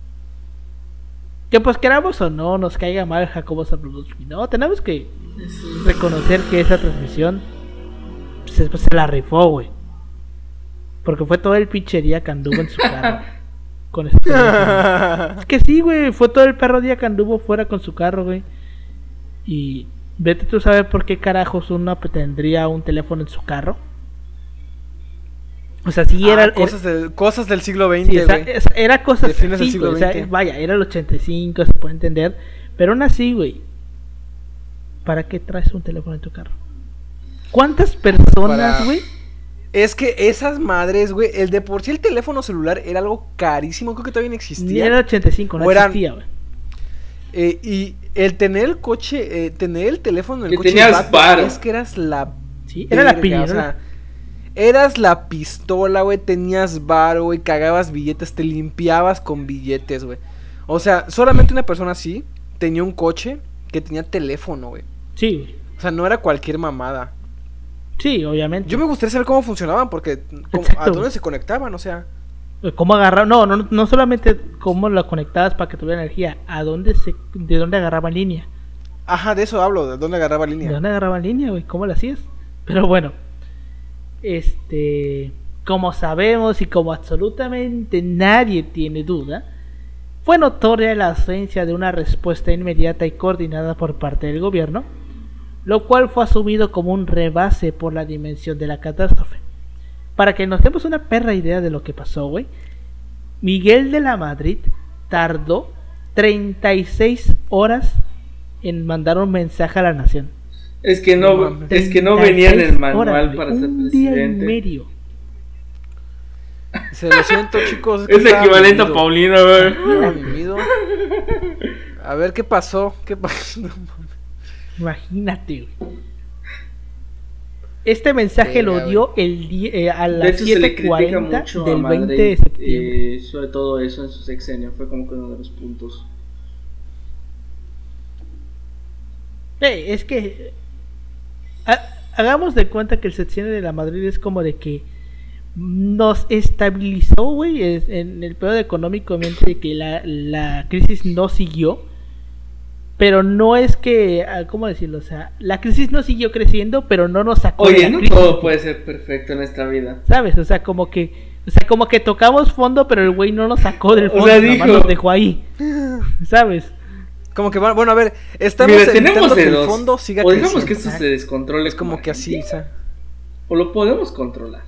Que pues queramos o no nos caiga mal Jacobo Zabludowski, no, tenemos que reconocer que esa transmisión se la rifó, güey. Porque fue todo el pinche día que anduvo en su carro con ese teléfono. Es que sí, güey, fue todo el perro día que anduvo fuera con su carro, güey. Y vete tú a saber por qué carajos uno tendría un teléfono en su carro. O sea, sí era... cosas del siglo XX, sí, o sea, era cosas de fines del siglo XX. O sea, vaya, era el 85, se puede entender. Pero aún así, güey, ¿para qué traes un teléfono en tu carro? ¿Cuántas personas, güey? Es que esas madres, güey, el de por sí el teléfono celular era algo carísimo, creo que todavía no existía. Ni era el 85, no existía, güey. Y el tener el coche, tener el teléfono en el coche, tenías varo. Es que eras la... Sí, era la piña, o sea, eras la pistola, güey, tenías varo, güey, cagabas billetes, te limpiabas con billetes, güey. O sea, solamente una persona así tenía un coche que tenía teléfono, güey. Sí, güey. O sea, no era cualquier mamada. Sí, obviamente. Yo me gustaría saber cómo funcionaban, porque a dónde se conectaban, o sea. ¿Cómo agarrar? No solamente cómo lo conectabas para que tuviera energía, de dónde agarraban línea. Ajá, de eso hablo, de dónde agarraban línea. ¿De dónde agarraban línea, güey? ¿Cómo lo hacías? Pero bueno, como sabemos y como absolutamente nadie tiene duda, fue notoria la ausencia de una respuesta inmediata y coordinada por parte del gobierno, lo cual fue asumido como un rebase por la dimensión de la catástrofe. Para que nos demos una perra idea de lo que pasó, güey, Miguel de la Madrid tardó 36 horas en mandar un mensaje a la nación. Es que no venía en el manual para ser un presidente. Día y medio. Se lo siento, chicos. Es equivalente a Paulino, güey. A ver, ¿qué pasó? Imagínate, güey. Este mensaje lo dio a las 7:40 del 20 de septiembre. Sobre todo eso en su sexenio fue como que uno de los puntos. Es que hagamos de cuenta que el sexenio de la Madrid es como de que nos estabilizó, güey, en el peor económicamente, de que la crisis no siguió, pero no es que, ¿cómo decirlo? O sea, la crisis no siguió creciendo, pero no nos sacó de la crisis. Todo puede ser perfecto en esta vida, ¿sabes? O sea, como que tocamos fondo, pero el güey no nos sacó del fondo, nada más nos dejó ahí, ¿sabes? Como que, bueno, a ver, estamos evitando que el fondo siga creciendo. O dejamos que esto se descontrole. Es como que así, ¿sabes? O lo podemos controlar.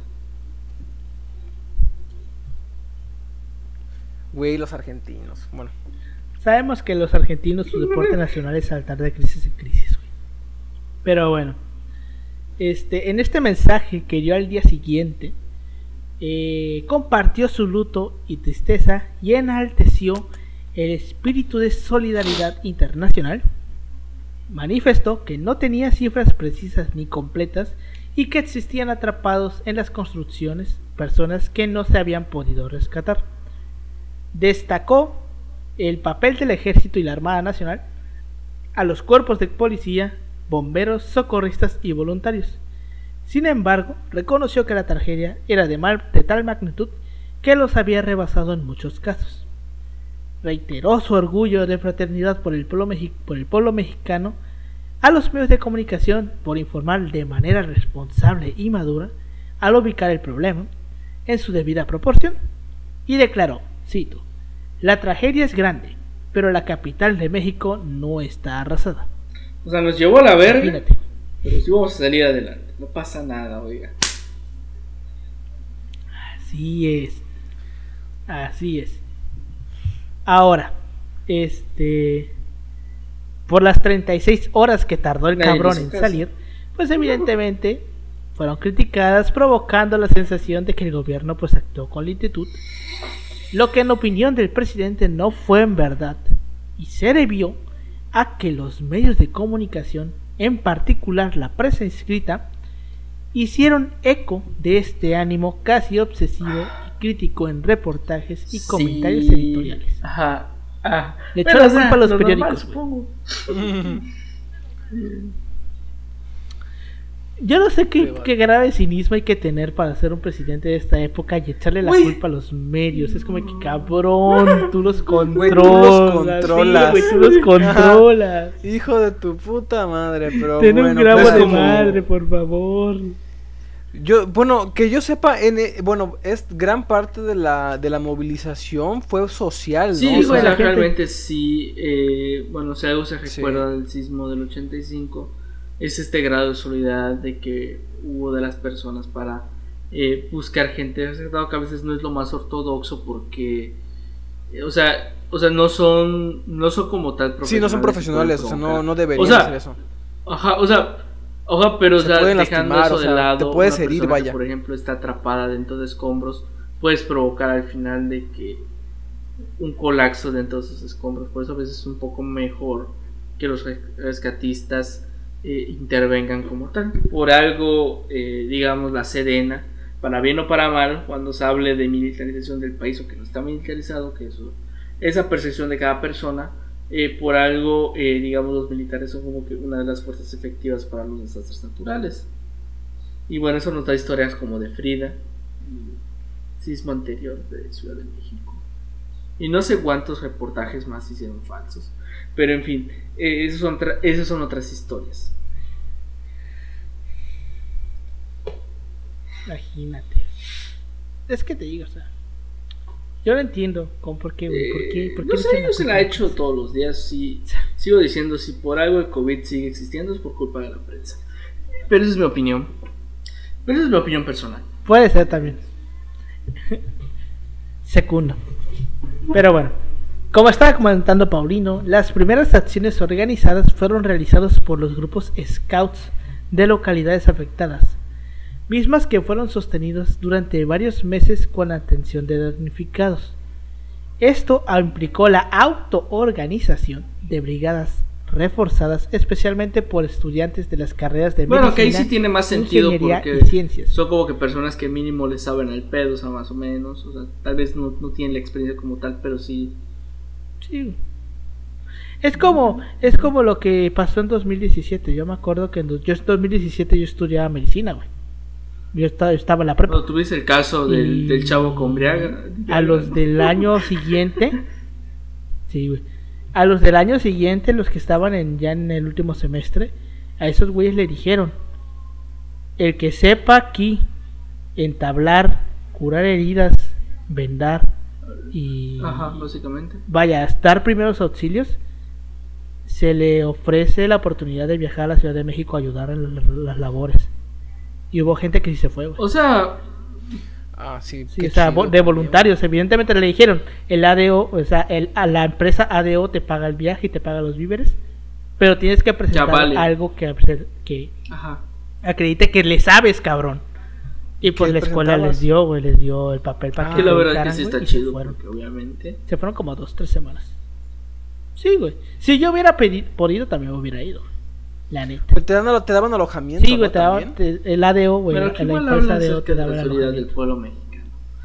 Güey, los argentinos, bueno. Sabemos que los argentinos, su deporte nacional es saltar de crisis en crisis, güey. Pero bueno, en este mensaje que dio al día siguiente, compartió su luto y tristeza y enalteció el espíritu de solidaridad internacional. Manifestó que no tenía cifras precisas ni completas y que existían atrapados en las construcciones personas que no se habían podido rescatar. Destacó el papel del ejército y la Armada Nacional, a los cuerpos de policía, bomberos, socorristas y voluntarios. Sin embargo, reconoció que la tragedia era de tal magnitud que los había rebasado en muchos casos. Reiteró su orgullo de fraternidad por el pueblo mexicano a los medios de comunicación por informar de manera responsable y madura al ubicar el problema en su debida proporción, y declaró, cito: "La tragedia es grande, pero la capital de México no está arrasada". O sea, nos llevó a la verga, Imagínate. pero sí vamos a salir adelante. No pasa nada, oiga. Así es. Ahora, por las 36 horas que tardó el cabrón en salir, pues evidentemente fueron criticadas, provocando la sensación de que el gobierno pues actuó con lentitud, lo que en opinión del presidente no fue en verdad, y se debió a que los medios de comunicación, en particular la prensa escrita, hicieron eco de este ánimo casi obsesivo y crítico en reportajes y comentarios editoriales. Ajá. Le echó la culpa a los periódicos. Yo no sé qué grave cinismo hay que tener para ser un presidente de esta época y echarle la culpa a los medios. Es como que, cabrón, tú los controlas. Tú los controlas. Hijo de tu puta madre, pero ten un gramo de madre, por favor. Que yo sepa, es gran parte de la movilización fue social, ¿no? Sí, bueno, realmente sí. Si algo se recuerda del sismo del 85, es este grado de solidaridad de que hubo de las personas para buscar gente. Es verdad que a veces no es lo más ortodoxo porque, no son como tal profesionales. Sí, no son profesionales, no deberían hacer eso. Pero pueden dejando lastimar, eso de lado, te puedes herir, vaya. que, por ejemplo, está atrapada dentro de escombros, puedes provocar al final de que un colapso dentro de esos escombros. Por eso a veces es un poco mejor que los rescatistas intervengan como tal. Por algo, digamos, la Sedena, para bien o para mal, cuando se hable de militarización del país o que no está militarizado, que eso, esa percepción de cada persona, por algo, digamos, los militares son como que una de las fuerzas efectivas para los desastres naturales. Y bueno, eso nos da historias como de Frida, sismo anterior de Ciudad de México. Y no sé cuántos reportajes más hicieron falsos. Pero en fin, esas son otras historias. Imagínate. Es que te digo, o sea, yo no entiendo por qué, no sé, yo se la he hecho todos los días. Sí, sigo diciendo, si por algo el COVID sigue existiendo es por culpa de la prensa. Pero esa es mi opinión. Pero esa es mi opinión personal. Puede ser también. Segundo. Pero bueno, como estaba comentando Paulino, las primeras acciones organizadas fueron realizadas por los grupos Scouts de localidades afectadas, mismas que fueron sostenidas durante varios meses con la atención de damnificados. Esto implicó la autoorganización de brigadas reforzadas especialmente por estudiantes de las carreras de medicina, que ahí sí tiene más sentido porque y ciencias. Son como que personas que mínimo les saben el pedo, o sea, más o menos, o sea, tal vez no tienen la experiencia como tal, pero sí. Sí. Es como lo que pasó en 2017. Yo me acuerdo que en 2017 yo estudiaba medicina, güey. Yo estaba en la prepa. Cuando tuviste el caso del chavo con Viagra. A los del año siguiente. Sí, güey. A los del año siguiente, los que estaban ya en el último semestre, a esos güeyes le dijeron: el que sepa aquí entablar, curar heridas, vendar y básicamente vaya, dar primeros auxilios, se le ofrece la oportunidad de viajar a la Ciudad de México a ayudar en las labores. Y hubo gente que sí se fue, güey. O sea, sí, o sea, de voluntarios, evidentemente le dijeron, el ADO, o sea, a la empresa ADO te paga el viaje y te paga los víveres, pero tienes que presentar algo que acredite que le sabes, cabrón. Y pues la escuela les dio el papel para que la verdad que sí está chido, porque obviamente se fueron como 2-3 semanas. Sí, güey. Si yo hubiera podido, también hubiera ido. La neta. Pero te daban alojamiento. Sí, güey, ¿no? El ADO, güey. Pero aquí la empresa ADO te daba la realidad del pueblo mexicano.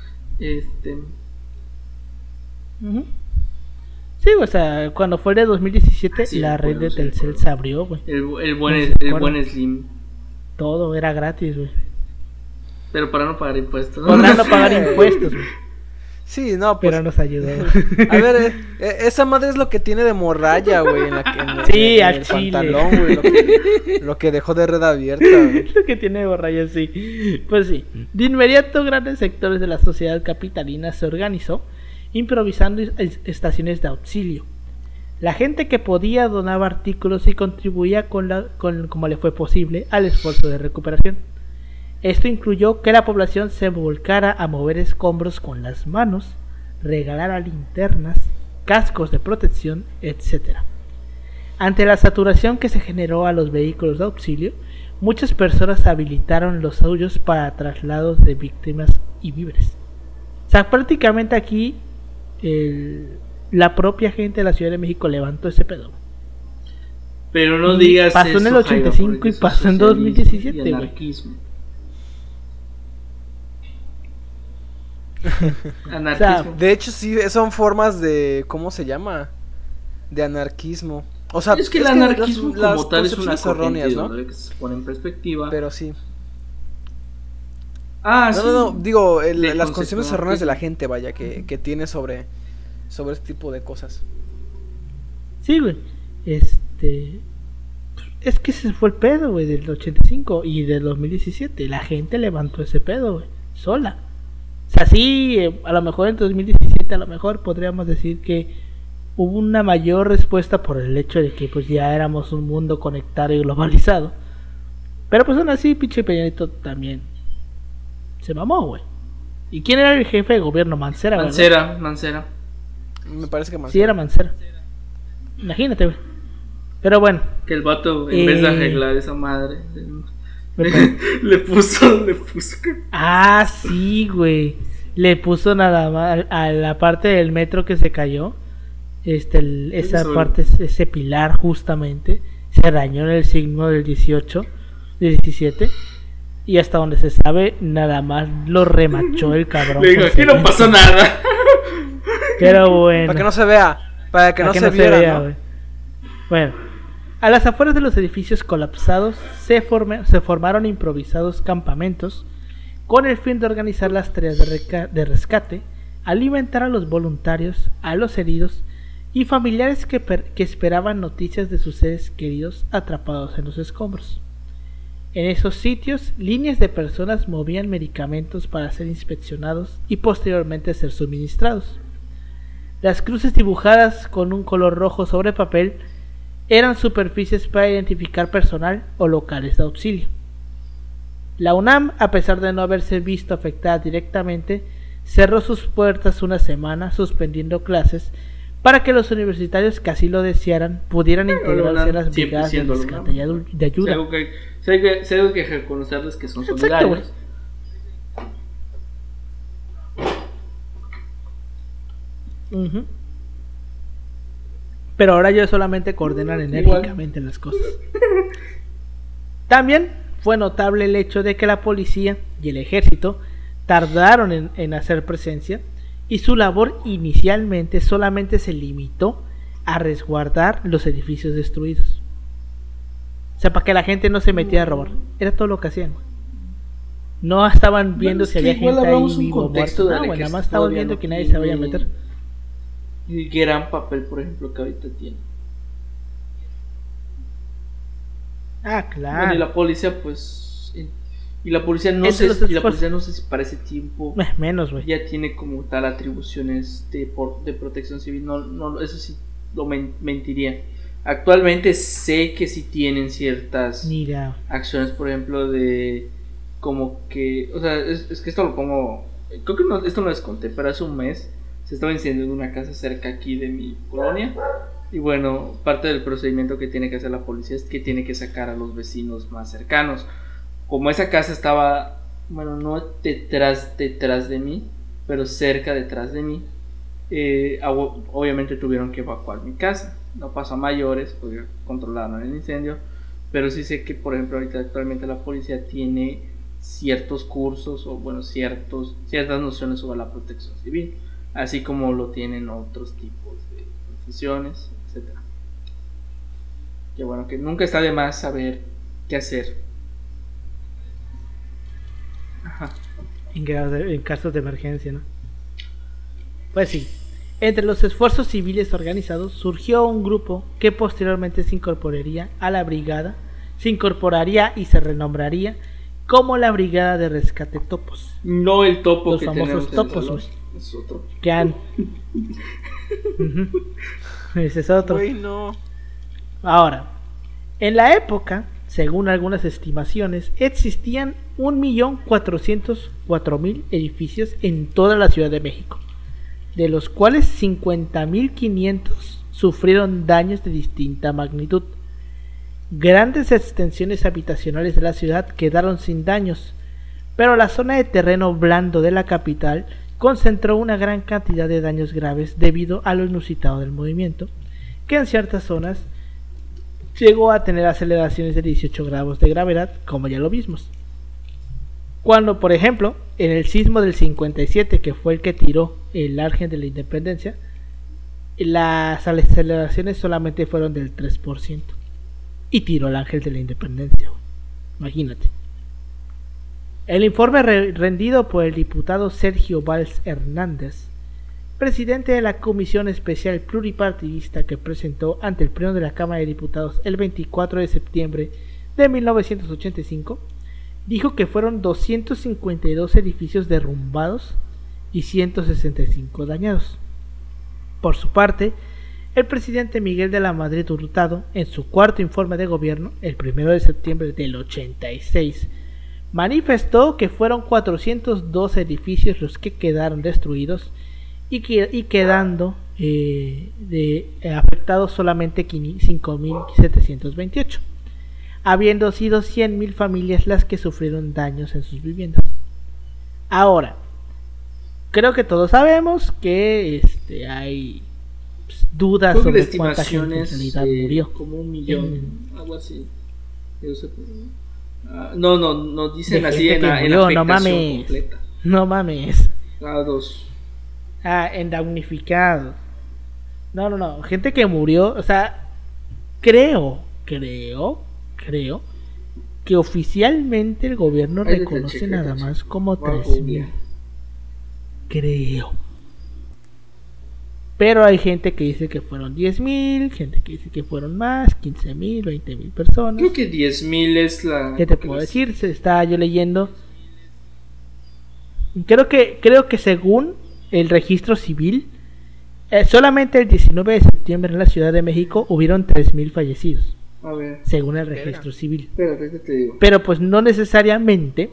Sí, o sea, cuando fue el de 2017, la red de Telcel se abrió, güey. El buen Slim. Todo era gratis, güey. Pero para no pagar impuestos. Para no pagar impuestos, güey. Sí, no, pues, pero nos ayudó. A ver, esa madre es lo que tiene de morralla, güey, sí, en el pantalón, güey, lo que dejó de red abierta, güey. Lo que tiene de morralla, sí. Pues sí, de inmediato grandes sectores de la sociedad capitalina se organizó, improvisando estaciones de auxilio. La gente que podía donaba artículos y contribuía como le fue posible al esfuerzo de recuperación. Esto incluyó que la población se volcara a mover escombros con las manos, regalara linternas, cascos de protección, etc. Ante la saturación que se generó a los vehículos de auxilio, muchas personas habilitaron los suyos para traslados de víctimas y víveres. O sea, prácticamente aquí la propia gente de la Ciudad de México levantó ese pedo. Pero no digas pasó eso, en el 85 y pasó en 2017, güey. Anarquismo. O sea, de hecho sí son formas de, ¿cómo se llama? De anarquismo. O sea, es que el anarquismo como tal es una corriente, ¿no? Que se pone en perspectiva. Pero sí. No, digo, las concepciones erróneas de la gente, vaya, que tiene sobre este tipo de cosas. Sí, güey. Es que ese fue el pedo, güey, del 85 y del 2017. La gente levantó ese pedo, güey, sola. O sea, sí, a lo mejor en 2017 a lo mejor podríamos decir que hubo una mayor respuesta por el hecho de que pues ya éramos un mundo conectado y globalizado. Pero pues aún así, pinche Peña Nieto también se mamó, güey. ¿Y quién era el jefe de gobierno? Mancera, Mancera. Me parece que Mancera. Sí, era Mancera. Imagínate, güey. Pero bueno. Que el vato, en vez de arreglar esa madre, le puso. Ah, sí, güey. Le puso nada más a la parte del metro que se cayó. Esa parte, ese pilar justamente, se dañó en el signo del 18, del 17. Y hasta donde se sabe, nada más lo remachó el cabrón. Le digo, aquí no pasó nada. Pero bueno. Para que no se vea. Para que no se viera, ¿no? Bueno. A las afueras de los edificios colapsados se formaron improvisados campamentos con el fin de organizar las tareas de rescate, alimentar a los voluntarios, a los heridos y familiares que esperaban noticias de sus seres queridos atrapados en los escombros. En esos sitios, líneas de personas movían medicamentos para ser inspeccionados y posteriormente ser suministrados. Las cruces dibujadas con un color rojo sobre papel eran superficies para identificar personal o locales de auxilio. La UNAM, a pesar de no haberse visto afectada directamente, cerró sus puertas una semana suspendiendo clases para que los universitarios que así lo desearan pudieran integrarse a las brigadas de rescate y de ayuda. Si hay que reconocerles que son solidarios. Pero ahora ellos solamente coordinan enérgicamente las cosas. También fue notable el hecho de que la policía y el ejército tardaron en hacer presencia y su labor inicialmente solamente se limitó a resguardar los edificios destruidos. O sea, para que la gente no se metiera a robar. Era todo lo que hacían. No estaban viendo si había gente ahí vivo o muerto. No, nada más estaban viendo que nadie se vaya a meter. El gran papel, por ejemplo, que ahorita tiene. Ah, claro. Bueno, y la policía, pues. Y la policía no sé si para ese tiempo. Menos, güey. Ya tiene como tal atribuciones de protección civil. No, eso sí lo mentiría. Actualmente sé que sí tienen ciertas acciones, por ejemplo, de. Como que. O sea, es que esto lo pongo. Creo que esto no les conté, pero hace un mes se estaba incendiando una casa cerca aquí de mi colonia. Y bueno, parte del procedimiento que tiene que hacer la policía es que tiene que sacar a los vecinos más cercanos. Como esa casa estaba, bueno, no detrás de mí, pero cerca detrás de mí, obviamente tuvieron que evacuar mi casa. No pasó a mayores, porque controlaron el incendio, pero sí sé que, por ejemplo, ahorita actualmente la policía tiene ciertos cursos, o bueno, ciertas nociones sobre la protección civil, así como lo tienen otros tipos de profesiones, etcétera. Que bueno, que nunca está de más saber qué hacer. Ajá. En casos de emergencia, ¿no? Pues sí. Entre los esfuerzos civiles organizados surgió un grupo que posteriormente se incorporaría a la brigada, y se renombraría como la Brigada de Rescate Topos. No el topo los que famosos topos, güey. Es otro. Que han. Ese es otro. Güey, no. Ahora, en la época, según algunas estimaciones, existían 1.404.000 edificios en toda la Ciudad de México, de los cuales 50.500 sufrieron daños de distinta magnitud. Grandes extensiones habitacionales de la ciudad quedaron sin daños, pero la zona de terreno blando de la capital concentró una gran cantidad de daños graves debido a lo inusitado del movimiento, que en ciertas zonas llegó a tener aceleraciones de 18 grados de gravedad, como ya lo vimos. Cuando, por ejemplo, en el sismo del 57, que fue el que tiró el Ángel de la Independencia, las aceleraciones solamente fueron del 3%. Y tiró el Ángel de la Independencia. Imagínate. El informe rendido por el diputado Sergio Valls Hernández, presidente de la Comisión Especial Pluripartidista que presentó ante el Pleno de la Cámara de Diputados el 24 de septiembre de 1985, dijo que fueron 252 edificios derrumbados y 165 dañados. Por su parte, el presidente Miguel de la Madrid Hurtado, en su cuarto informe de gobierno, el 1 de septiembre del 86, manifestó que fueron 402 edificios los que quedaron destruidos y quedando afectados solamente 5.728, habiendo sido 100.000 familias las que sufrieron daños en sus viviendas. Ahora, creo que todos sabemos que hay dudas sobre cuánta gente en realidad murió. Como 1 millón, algo así. No dicen así en la afectación completa. No mames. En damnificados. No. Gente que murió, o sea, creo creo que oficialmente el gobierno reconoce nada más como 3,000. Creo. Pero hay gente que dice que fueron 10,000, gente que dice que fueron más, 15,000, 20,000 personas. Creo que 10,000 es la... ¿Qué te puedo decir? Se estaba yo leyendo. Creo que según el registro civil, solamente el 19 de septiembre en la Ciudad de México hubieron 3,000 fallecidos. A ver. Según el registro civil. Espérate, ¿qué te digo? Pero pues no necesariamente,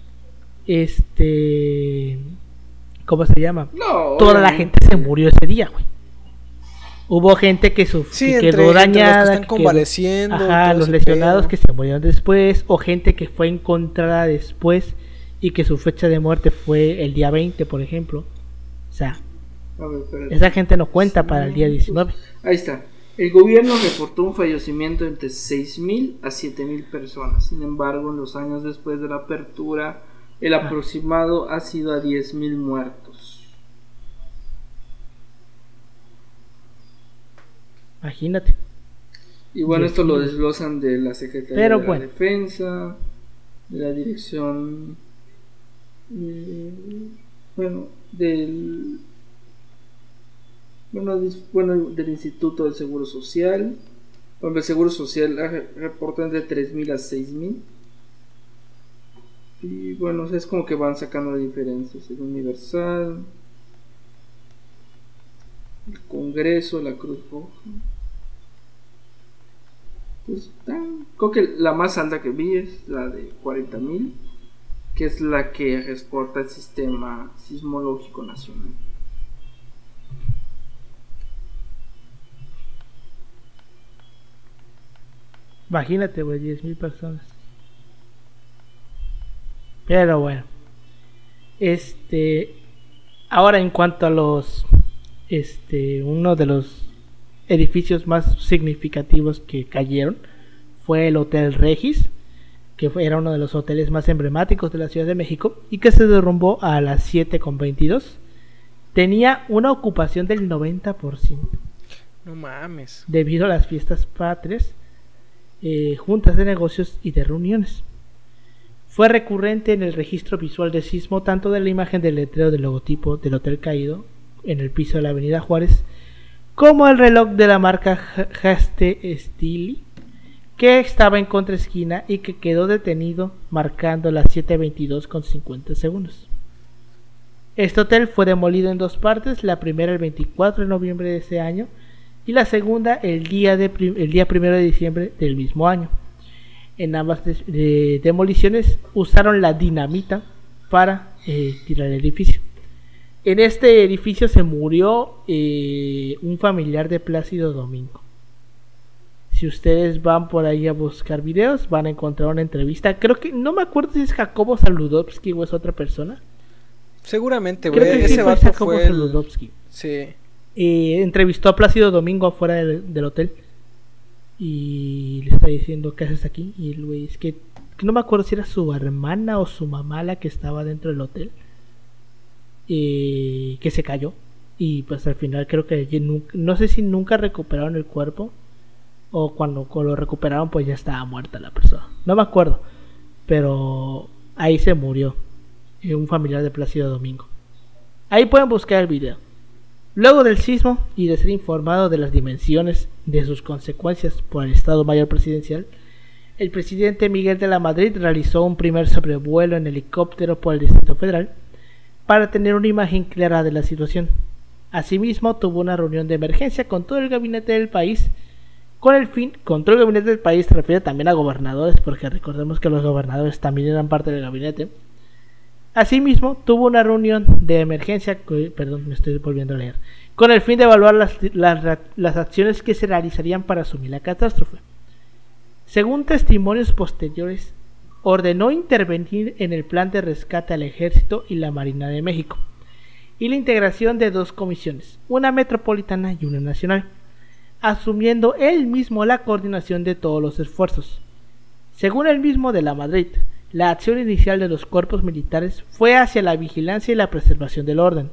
¿cómo se llama? No, toda la gente se murió ese día, güey. Hubo gente que quedó dañada, los que están convaleciendo, los lesionados que se murieron después, o gente que fue encontrada después y que su fecha de muerte fue el día 20, por ejemplo. O sea, a ver, esa gente no cuenta para el día 19. Ahí está. El gobierno reportó un fallecimiento entre 6,000 a 7,000 personas. Sin embargo, en los años después de la apertura, el aproximado ha sido a 10,000 muertos. Imagínate. Y bueno, esto lo desglosan de la Secretaría de la Defensa, de la Dirección, del Instituto del Seguro Social. El Seguro Social reporta de 3,000 a 6,000. Y bueno, es como que van sacando diferencias. El Universal, el Congreso, la Cruz Roja. Pues creo que la más alta que vi es la de 40,000, que es la que reporta el Sistema Sismológico Nacional. Imagínate, güey, 10,000 personas. Pero bueno. Ahora en cuanto a los uno de los edificios más significativos que cayeron fue el Hotel Regis, que era uno de los hoteles más emblemáticos de la Ciudad de México y que se derrumbó a las 7:22. Tenía una ocupación del 90%. No mames. Debido a las fiestas patrias, juntas de negocios y de reuniones. Fue recurrente en el registro visual de sismo tanto de la imagen del letrero del logotipo del hotel caído en el piso de la avenida Juárez, como el reloj de la marca Haste Stili, que estaba en contraesquina y que quedó detenido marcando las 7:22 con 50 segundos. Este hotel fue demolido en dos partes, la primera el 24 de noviembre de ese año y la segunda el día 1 de diciembre del mismo año. En ambas demoliciones usaron la dinamita para tirar el edificio. En este edificio se murió un familiar de Plácido Domingo. Si ustedes van por ahí a buscar videos, van a encontrar una entrevista. Creo que, no me acuerdo si es Jacobo Saludowski o es otra persona. Seguramente, güey. Ese vato Jacobo Saludowski. Sí. Entrevistó a Plácido Domingo afuera del hotel. Y le está diciendo, ¿qué haces aquí? Y el güey, es que no me acuerdo si era su hermana o su mamá la que estaba dentro del hotel. Que se cayó. Y pues al final creo que no sé si nunca recuperaron el cuerpo, o cuando lo recuperaron pues ya estaba muerta la persona. No me acuerdo. Pero ahí se murió un familiar de Plácido Domingo. Ahí pueden buscar el video. Luego del sismo y de ser informado de las dimensiones de sus consecuencias por el Estado Mayor Presidencial, el presidente Miguel de la Madrid realizó un primer sobrevuelo en helicóptero por el Distrito Federal para tener una imagen clara de la situación. Asimismo, tuvo una reunión de emergencia con todo el gabinete del país. Con todo el gabinete del país se refiere también a gobernadores, porque recordemos que los gobernadores también eran parte del gabinete. Asimismo, tuvo una reunión de emergencia, me estoy volviendo a leer, con el fin de evaluar las acciones que se realizarían para asumir la catástrofe. Según testimonios posteriores, ordenó intervenir en el plan de rescate al Ejército y la Marina de México, y la integración de dos comisiones, una metropolitana y una nacional, asumiendo él mismo la coordinación de todos los esfuerzos. Según el mismo de la Madrid, la acción inicial de los cuerpos militares fue hacia la vigilancia y la preservación del orden.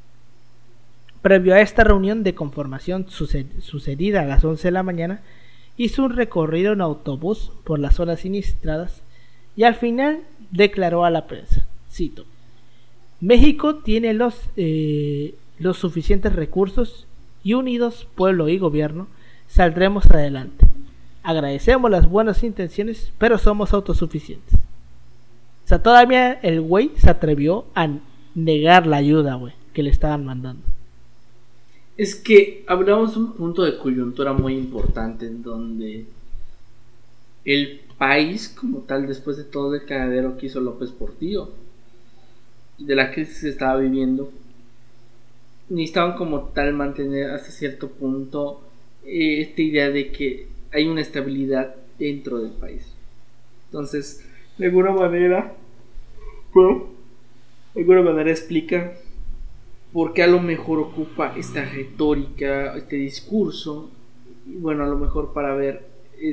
Previo a esta reunión de conformación sucedida a las 11 de la mañana, hizo un recorrido en autobús por las zonas sinistradas y al final declaró a la prensa, cito: México tiene los suficientes recursos y unidos, pueblo y gobierno, saldremos adelante. Agradecemos las buenas intenciones, pero somos autosuficientes. O sea, todavía el güey se atrevió a negar la ayuda, güey, que le estaban mandando. Es que hablamos de un punto de coyuntura muy importante en donde el país como tal, después de todo el cagadero que hizo López Portillo, de la crisis que se estaba viviendo, necesitaban como tal mantener hasta cierto punto esta idea de que hay una estabilidad dentro del país. Entonces, de alguna manera explica por qué a lo mejor ocupa esta retórica, este discurso, y bueno, a lo mejor para ver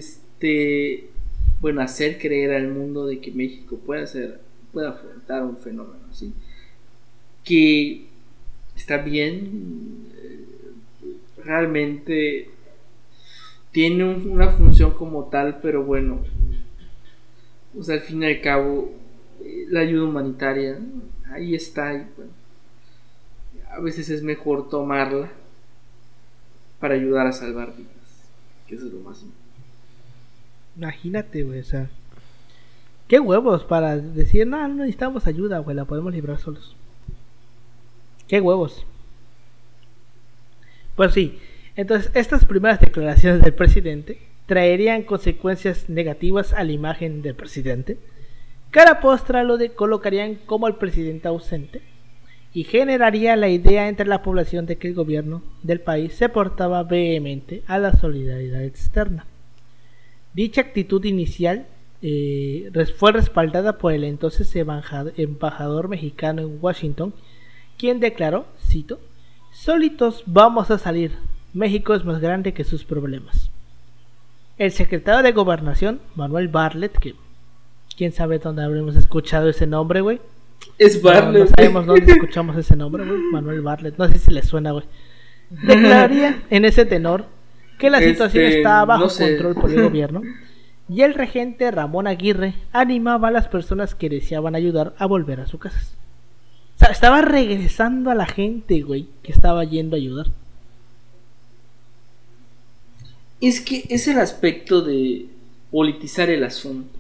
hacer creer al mundo de que México puede afrontar un fenómeno así, que está bien, realmente tiene una función como tal, pero bueno, o sea, al fin y al cabo, la ayuda humanitaria ahí está, y bueno, a veces es mejor tomarla para ayudar a salvar vidas, que eso es lo más importante. Imagínate, güey, o sea, qué huevos para decir, no necesitamos ayuda, güey, la podemos librar solos. Qué huevos. Pues sí, entonces estas primeras declaraciones del presidente traerían consecuencias negativas a la imagen del presidente, que a la postre lo colocarían como el presidente ausente, y generaría la idea entre la población de que el gobierno del país se portaba vehemente a la solidaridad externa. Dicha actitud inicial fue respaldada por el entonces embajador mexicano en Washington, quien declaró, cito: solitos vamos a salir, México es más grande que sus problemas. El secretario de Gobernación, Manuel Bartlett, que quién sabe dónde habremos escuchado ese nombre, güey. Es Bartlett. No sabemos dónde escuchamos ese nombre, güey. Manuel Bartlett, no sé si le suena, güey. Declararía en ese tenor que la situación estaba bajo control por el gobierno, y el regente Ramón Aguirre animaba a las personas que deseaban ayudar a volver a sus casas. O sea, estaba regresando a la gente, güey, que estaba yendo a ayudar. Es que es el aspecto de politizar el asunto.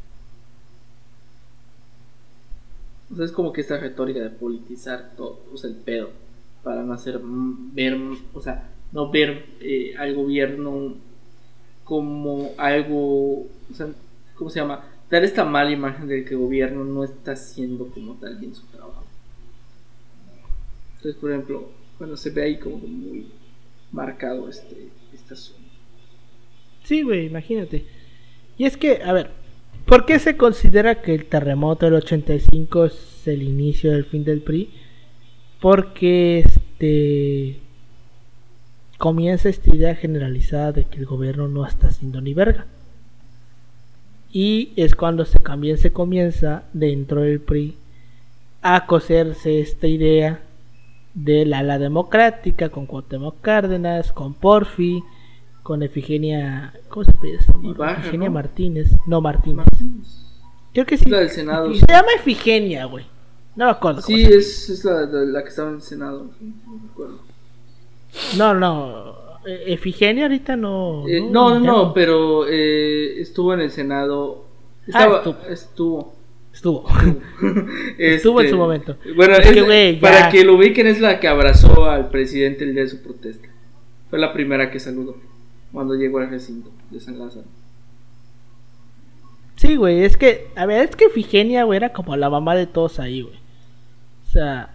O sea, es como que esta retórica de politizar todo, o sea, el pedo, para no hacer ver, o sea, no ver al gobierno como algo, o sea, ¿cómo se llama? Dar esta mala imagen de que el gobierno no está haciendo como tal bien su trabajo. Entonces, por ejemplo, bueno, se ve ahí como muy marcado este asunto. Sí, güey, imagínate. Y es que, a ver, ¿por qué se considera que el terremoto del 85 es el inicio del fin del PRI? Porque comienza esta idea generalizada de que el gobierno no está haciendo ni verga. Y es cuando también se comienza dentro del PRI a coserse esta idea de la ala democrática con Cuauhtémoc Cárdenas, con Porfi, con Efigenia, ¿cómo se pide esto? Efigenia, ¿no? Martínez. Creo que sí. La del Senado. Se llama Efigenia, güey. No me acuerdo. Sí, es la que estaba en el Senado. No me acuerdo. No. Efigenia ahorita no. No, pero estuvo en el Senado. Estuvo. Estuvo en su momento. Bueno, para que lo ubiquen, es la que abrazó al presidente el día de su protesta. Fue la primera que saludó cuando llegó al recinto de San Lázaro. Sí, güey, es que Efigenia, güey, era como la mamá de todos ahí, güey. O sea,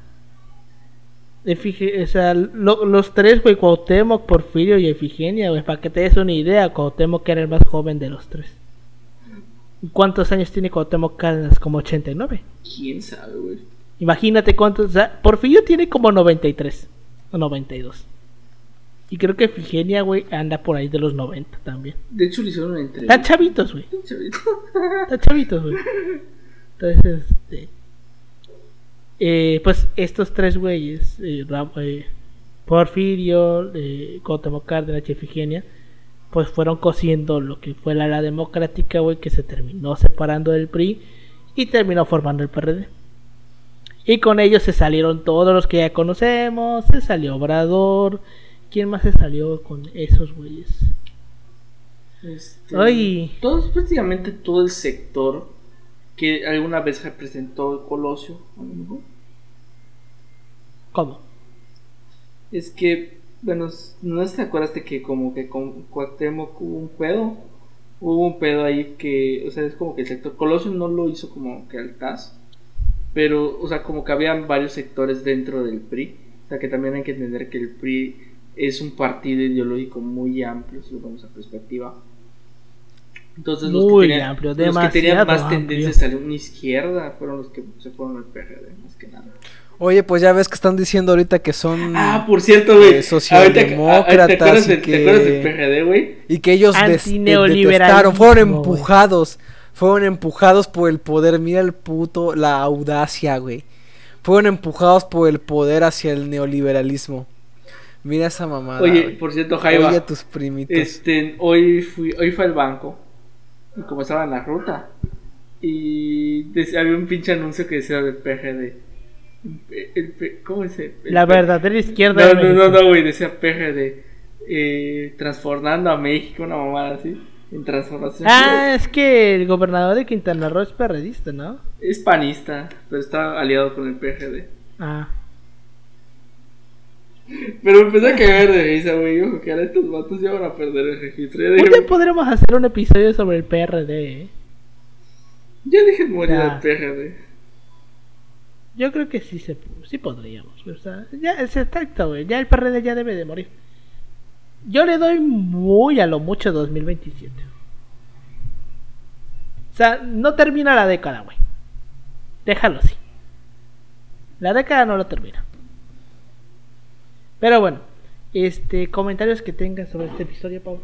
los tres, güey, Cuauhtémoc, Porfirio y Efigenia, güey, para que te des una idea, Cuauhtémoc era el más joven de los tres. ¿Cuántos años tiene Cuauhtémoc Cárdenas? Como 89. ¿Quién sabe, güey? Imagínate cuántos, o sea, Porfirio tiene como 93 o 92. Y creo que Efigenia, güey, anda por ahí de los 90 también. De hecho, le hicieron una entrevista. Están chavitos, güey. Están chavitos, güey. Entonces, pues estos tres güeyes, Porfirio, Cuauhtémoc Cárdenas y Efigenia, pues fueron cosiendo lo que fue la democrática, güey, que se terminó separando del PRI y terminó formando el PRD. Y con ellos se salieron todos los que ya conocemos, se salió Obrador. ¿Quién más se salió con esos güeyes? Todos, prácticamente todo el sector que alguna vez representó el Colosio, a lo mejor. ¿Cómo? Es que, bueno, no sé si te acuerdas de que como que con Cuauhtémoc hubo un pedo ahí que, o sea, es como que el sector Colosio no lo hizo como que al caso, pero, o sea, como que habían varios sectores dentro del PRI, o sea, que también hay que entender que el PRI es un partido ideológico muy amplio, si lo vemos a perspectiva. Entonces los que tenían más tendencias a una izquierda fueron los que se fueron al PRD, más que nada. Oye, pues ya ves que están diciendo ahorita que son... por cierto, güey. Socialdemócratas. ¿Te acuerdas del PRD, güey? Y que ellos detestaron, fueron empujados. Fueron empujados por el poder. Mira la audacia, güey. Fueron empujados por el poder hacia el neoliberalismo. Mira esa mamada. Oye, wey. Por cierto, Jaiba. Oye a tus primitos. Hoy fui al banco. Y como estaba en la ruta. Y había un pinche anuncio que decía del PRD. ¿Cómo es? La verdadera izquierda. No, güey, decía PRD. Transformando a México, una mamada así. En transformación. Es que el gobernador de Quintana Roo es perredista, ¿no? Es panista, pero está aliado con el PRD. Pero empecé a cagar de risa, güey. Ojo, que ahora estos vatos ya van a perder el registro. Un día podremos hacer un episodio sobre el PRD, Ya dejen morir al PRD. Yo creo que sí podríamos. O sea, ya es exacto, güey. Ya el PRD ya debe de morir. Yo le doy muy a lo mucho 2027. O sea, no termina la década, güey. Déjalo así. La década no lo termina. Pero bueno, comentarios que tengas sobre este episodio, Pablo.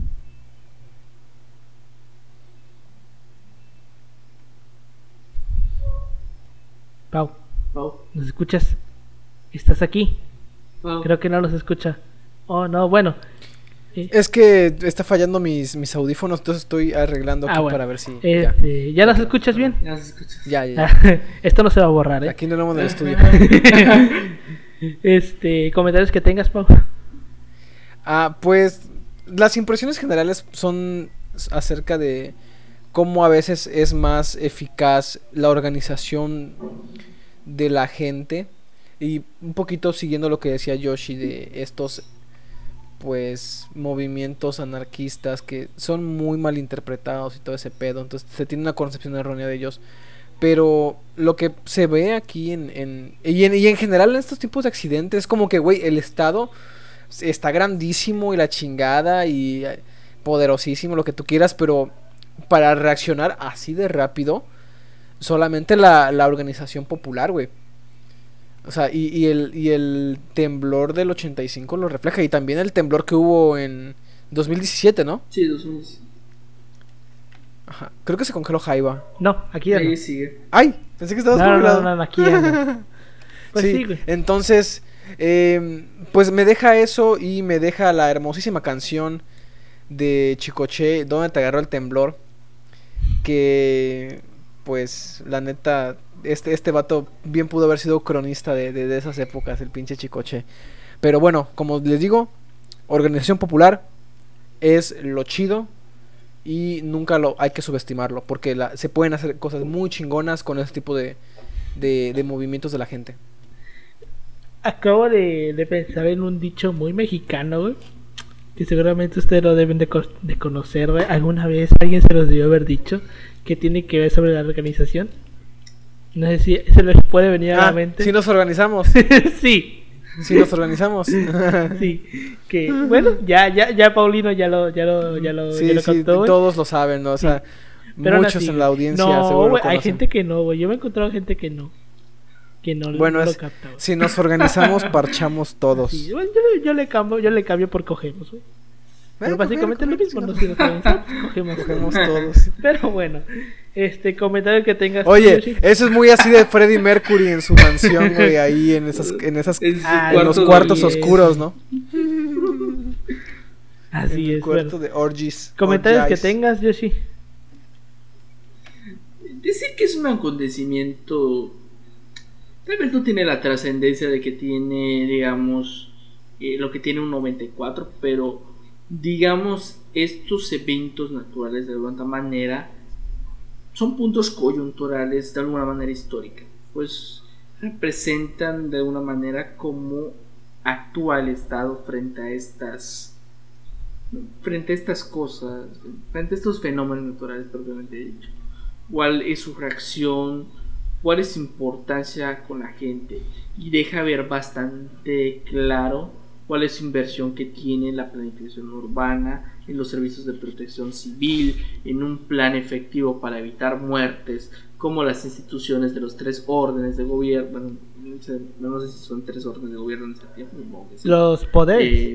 Pau, ¿nos escuchas? ¿Estás aquí? Creo que no nos escucha. Oh, no, bueno. Es que está fallando mis audífonos, entonces estoy arreglando aquí para ver si... ¿Ya nos escuchas bien? Ya nos escuchas. Ya. Esto no se va a borrar, Aquí no lo en el estudio. Comentarios que tengas, Pau. Pues las impresiones generales son acerca de cómo a veces es más eficaz la organización de la gente, y un poquito siguiendo lo que decía Yoshi de estos pues movimientos anarquistas que son muy mal interpretados y todo ese pedo, entonces se tiene una concepción errónea de ellos. Pero lo que se ve aquí y en general en estos tipos de accidentes es como que, güey, el Estado está grandísimo y la chingada y poderosísimo, lo que tú quieras, pero para reaccionar así de rápido, solamente la organización popular, güey. O sea, y el temblor del 85 lo refleja, y también el temblor que hubo en 2017, ¿no? Sí, 2017. Ajá, creo que se congeló Jaiba. No, aquí ya no. Ahí sigue. Ay, pensé que estabas congelado. No, aquí ya no. Pues sí, güey. Entonces, pues me deja eso y me deja la hermosísima canción de Chicoche, ¿Dónde te agarró el temblor? Que, pues, la neta, este vato bien pudo haber sido cronista de esas épocas, el pinche Chicoche. Pero bueno, como les digo, organización popular es lo chido y nunca hay que subestimarlo, porque se pueden hacer cosas muy chingonas con ese tipo de movimientos de la gente. Acabo de pensar en un dicho muy mexicano, güey, que seguramente ustedes lo deben de conocer, güey. Alguna vez alguien se los debió haber dicho, que tiene que ver sobre la organización. No sé si se les puede venir a la mente. Si nos organizamos. Sí. Si nos organizamos. Sí. Que bueno, ya Paulino ya lo captó, todos lo saben, ¿no? O sea, pero muchos en la audiencia seguro lo conocen. Hay gente que no, güey. Yo me he encontrado gente que no. Bueno, lo capta, güey. Si nos organizamos, parchamos todos. Sí, bueno, yo le cambio por cogemos, güey. Pero básicamente es lo mismo, ¿no? Si nos organizamos, cogemos todos. Pero bueno, comentario que tengas. Oye, eso es muy así de Freddie Mercury en su mansión, güey, ahí en los cuartos oscuros, ¿no? Así en el es. cuarto Bueno. de orgies. Comentarios que Orgies. tengas, Yoshi. Decir que es un acontecimiento tal vez no tiene la trascendencia de que tiene, digamos, lo que tiene un 94, pero digamos, estos eventos naturales de alguna manera son puntos coyunturales de alguna manera histórica, pues representan de alguna manera cómo actúa el Estado frente a estas cosas, frente a estos fenómenos naturales propiamente dicho. ¿Cuál es su reacción? ¿Cuál es su importancia con la gente? Y deja ver bastante claro cuál es su inversión que tiene en la planificación urbana, en los servicios de protección civil, en un plan efectivo para evitar muertes, como las instituciones de los 3 órdenes de gobierno. Bueno, no sé si son 3 órdenes de gobierno en ese tiempo. Sí. Los poderes.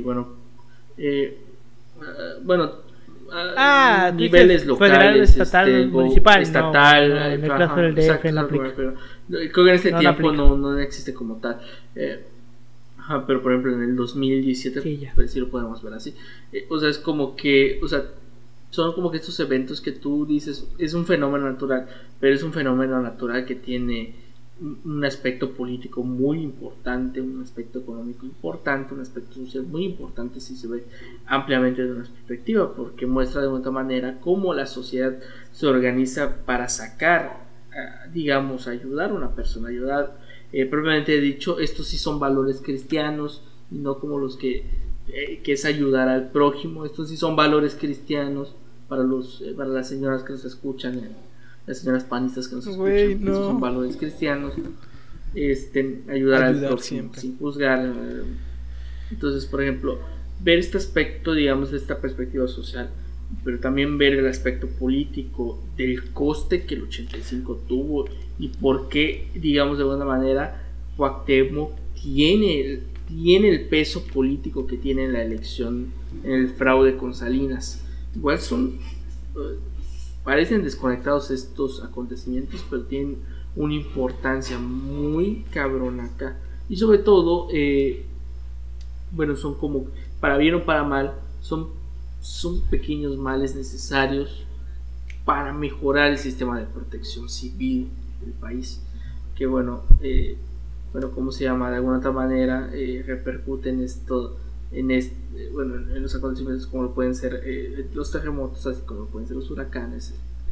Niveles locales, estatal, municipal, estatal, no, en el caso del DF exacto, no aplica. pero creo que en este tiempo no existe como tal. Pero por ejemplo en el 2017 sí, pues sí lo podemos ver así. O sea, es como que, o sea, son como que estos eventos que tú dices es un fenómeno natural, pero es un fenómeno natural que tiene un aspecto político muy importante, un aspecto económico importante, un aspecto social muy importante si se ve ampliamente de una perspectiva, porque muestra de alguna manera cómo la sociedad se organiza para sacar, digamos, ayudar a una persona, ayudar, propiamente dicho, estos sí son valores cristianos, y no como los que es ayudar al prójimo. Estos sí son valores cristianos para las señoras que nos escuchan, las señoras panistas que nos escuchan. No. Esos son valores cristianos. Ayudar al prójimo siempre, sin juzgar. Entonces, por ejemplo, ver este aspecto, digamos, de esta perspectiva social, pero también ver el aspecto político del coste que el 85 tuvo y por qué, digamos, de alguna manera Cuauhtémoc tiene el peso político que tiene en la elección, en el fraude con Salinas. Igual parecen desconectados estos acontecimientos, pero tienen una importancia muy cabrona acá. Y sobre todo, son como, para bien o para mal, son pequeños males necesarios para mejorar el sistema de protección civil del país, que ¿cómo se llama? De alguna otra manera repercute en esto, en los acontecimientos como lo pueden ser los terremotos, así como lo pueden ser los huracanes,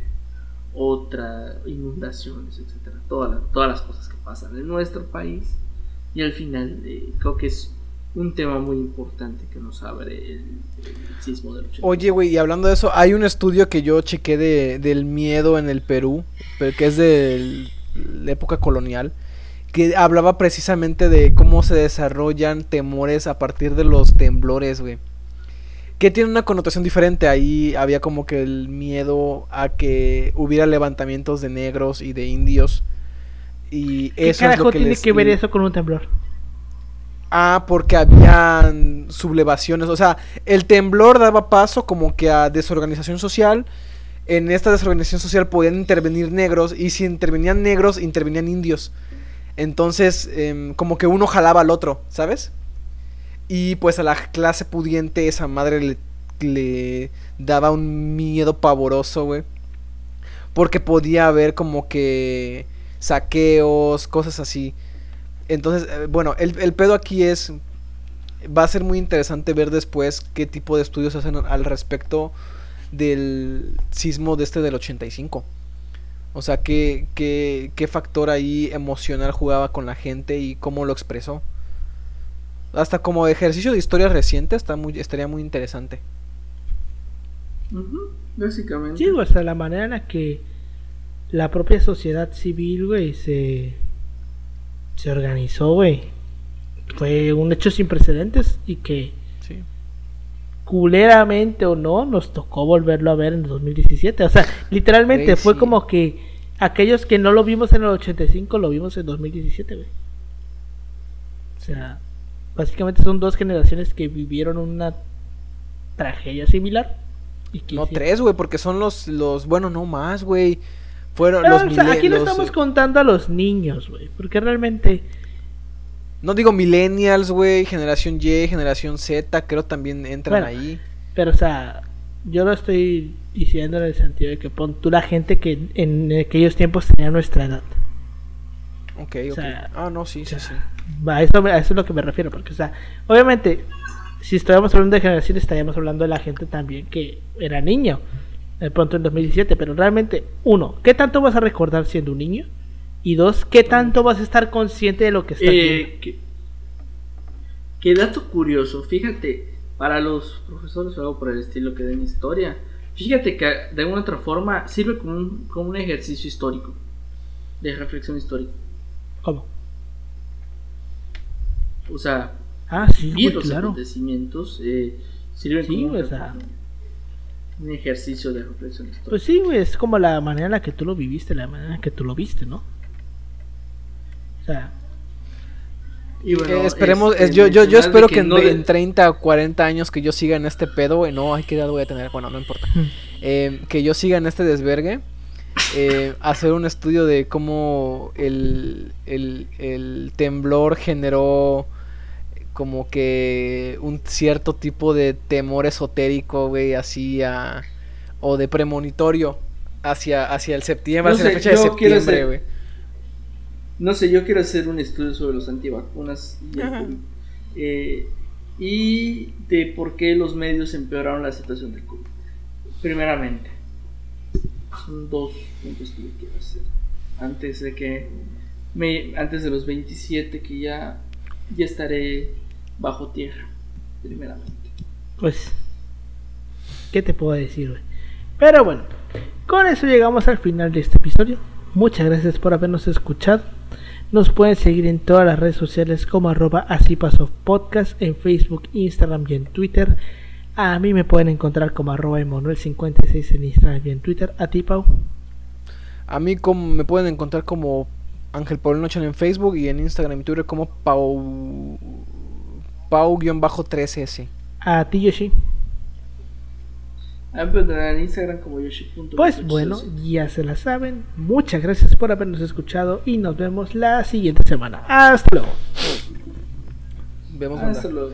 inundaciones, etcétera, todas las cosas que pasan en nuestro país. Y al final creo que es un tema muy importante que nos abre el sismo del 80. Oye, güey, y hablando de eso, hay un estudio que yo chequé del miedo en el Perú, pero que es de la época colonial, que hablaba precisamente de cómo se desarrollan temores a partir de los temblores, güey. Que tiene una connotación diferente. Ahí había como que el miedo a que hubiera levantamientos de negros y de indios. Y ¿Qué eso carajo es lo que tiene que ver eso con un temblor? Porque habían sublevaciones. O sea, el temblor daba paso como que a desorganización social. En esta desorganización social podían intervenir negros. Y si intervenían negros, intervenían indios. Entonces, como que uno jalaba al otro, ¿sabes? Y pues a la clase pudiente esa madre le daba un miedo pavoroso, güey. Porque podía haber como que saqueos, cosas así. Entonces, el pedo aquí va a ser muy interesante ver después qué tipo de estudios hacen al respecto del sismo del 85. O sea, qué factor ahí emocional jugaba con la gente y cómo lo expresó. Hasta como ejercicio de historia reciente estaría muy interesante. Básicamente. Sí, o sea, la manera en la que la propia sociedad civil, güey, se organizó, güey. Fue un hecho sin precedentes y que, sí, culeramente o no, nos tocó volverlo a ver en el 2017. O sea, literalmente güey, fue sí, como que aquellos que no lo vimos en el 85 lo vimos en 2017, güey. O sea, básicamente son 2 generaciones que vivieron una tragedia similar. Y que no, 3, güey, porque son los bueno, no más, güey. Fueron pero, los aquí no estamos contando a los niños, güey, porque realmente... No digo millennials, güey, generación Y, generación Z, creo también entran ahí. Pero, o sea, yo lo estoy diciendo en el sentido de que pon tú la gente que en aquellos tiempos tenía nuestra edad. Ok, O ok. sea, Ah, no, sí, sí, sí. a eso es lo que me refiero, porque, o sea, obviamente, si estuviéramos hablando de generación, estaríamos hablando de la gente también que era niño, de pronto en 2017, pero realmente, uno, ¿qué tanto vas a recordar siendo un niño? Y dos, ¿qué tanto vas a estar consciente de lo que estás viendo? Qué dato curioso, fíjate, para los profesores o algo por el estilo que den historia, fíjate que de alguna otra forma sirve como un ejercicio histórico, de reflexión histórica. ¿Cómo? O sea, Ah, sí, vivir güey, los claro. acontecimientos sirven Sí, como o sea, un ejercicio de reflexión histórica. pues sí, güey, es como la manera en la que tú lo viviste, la manera en la que tú lo viste, ¿no? O sea, Y bueno, esperemos, yo espero que en 30 o 40 años que yo siga en este pedo, güey, no, ay, qué edad voy a tener, bueno, no importa. Que yo siga en este desvergue, hacer un estudio de cómo el temblor generó como que un cierto tipo de temor esotérico, güey, así o de premonitorio hacia el septiembre, No hacia la sé, fecha de yo quiero septiembre, hacer- güey. No sé, yo quiero hacer un estudio sobre los antivacunas y el Ajá. COVID. Y de por qué los medios empeoraron la situación del COVID. Primeramente, son dos puntos que yo quiero hacer. Antes de los 27 que ya estaré bajo tierra, primeramente. pues, ¿qué te puedo decir, güey? Pero bueno, con eso llegamos al final de este episodio. Muchas gracias por habernos escuchado. Nos pueden seguir en todas las redes sociales como @asipasopodcast en Facebook, Instagram y en Twitter. A mí me pueden encontrar como @emanuel56 en Instagram y en Twitter. A ti, Pau. A mí me pueden encontrar como Ángel Paulino Chan en Facebook y en Instagram y Twitter como Pau-3S. A ti, Yoshi. A mí me encontrarán en Instagram como yoshi.2806. Pues bueno, ya se la saben. Muchas gracias por habernos escuchado y nos vemos la siguiente semana. Hasta luego. Vemos Hasta luego.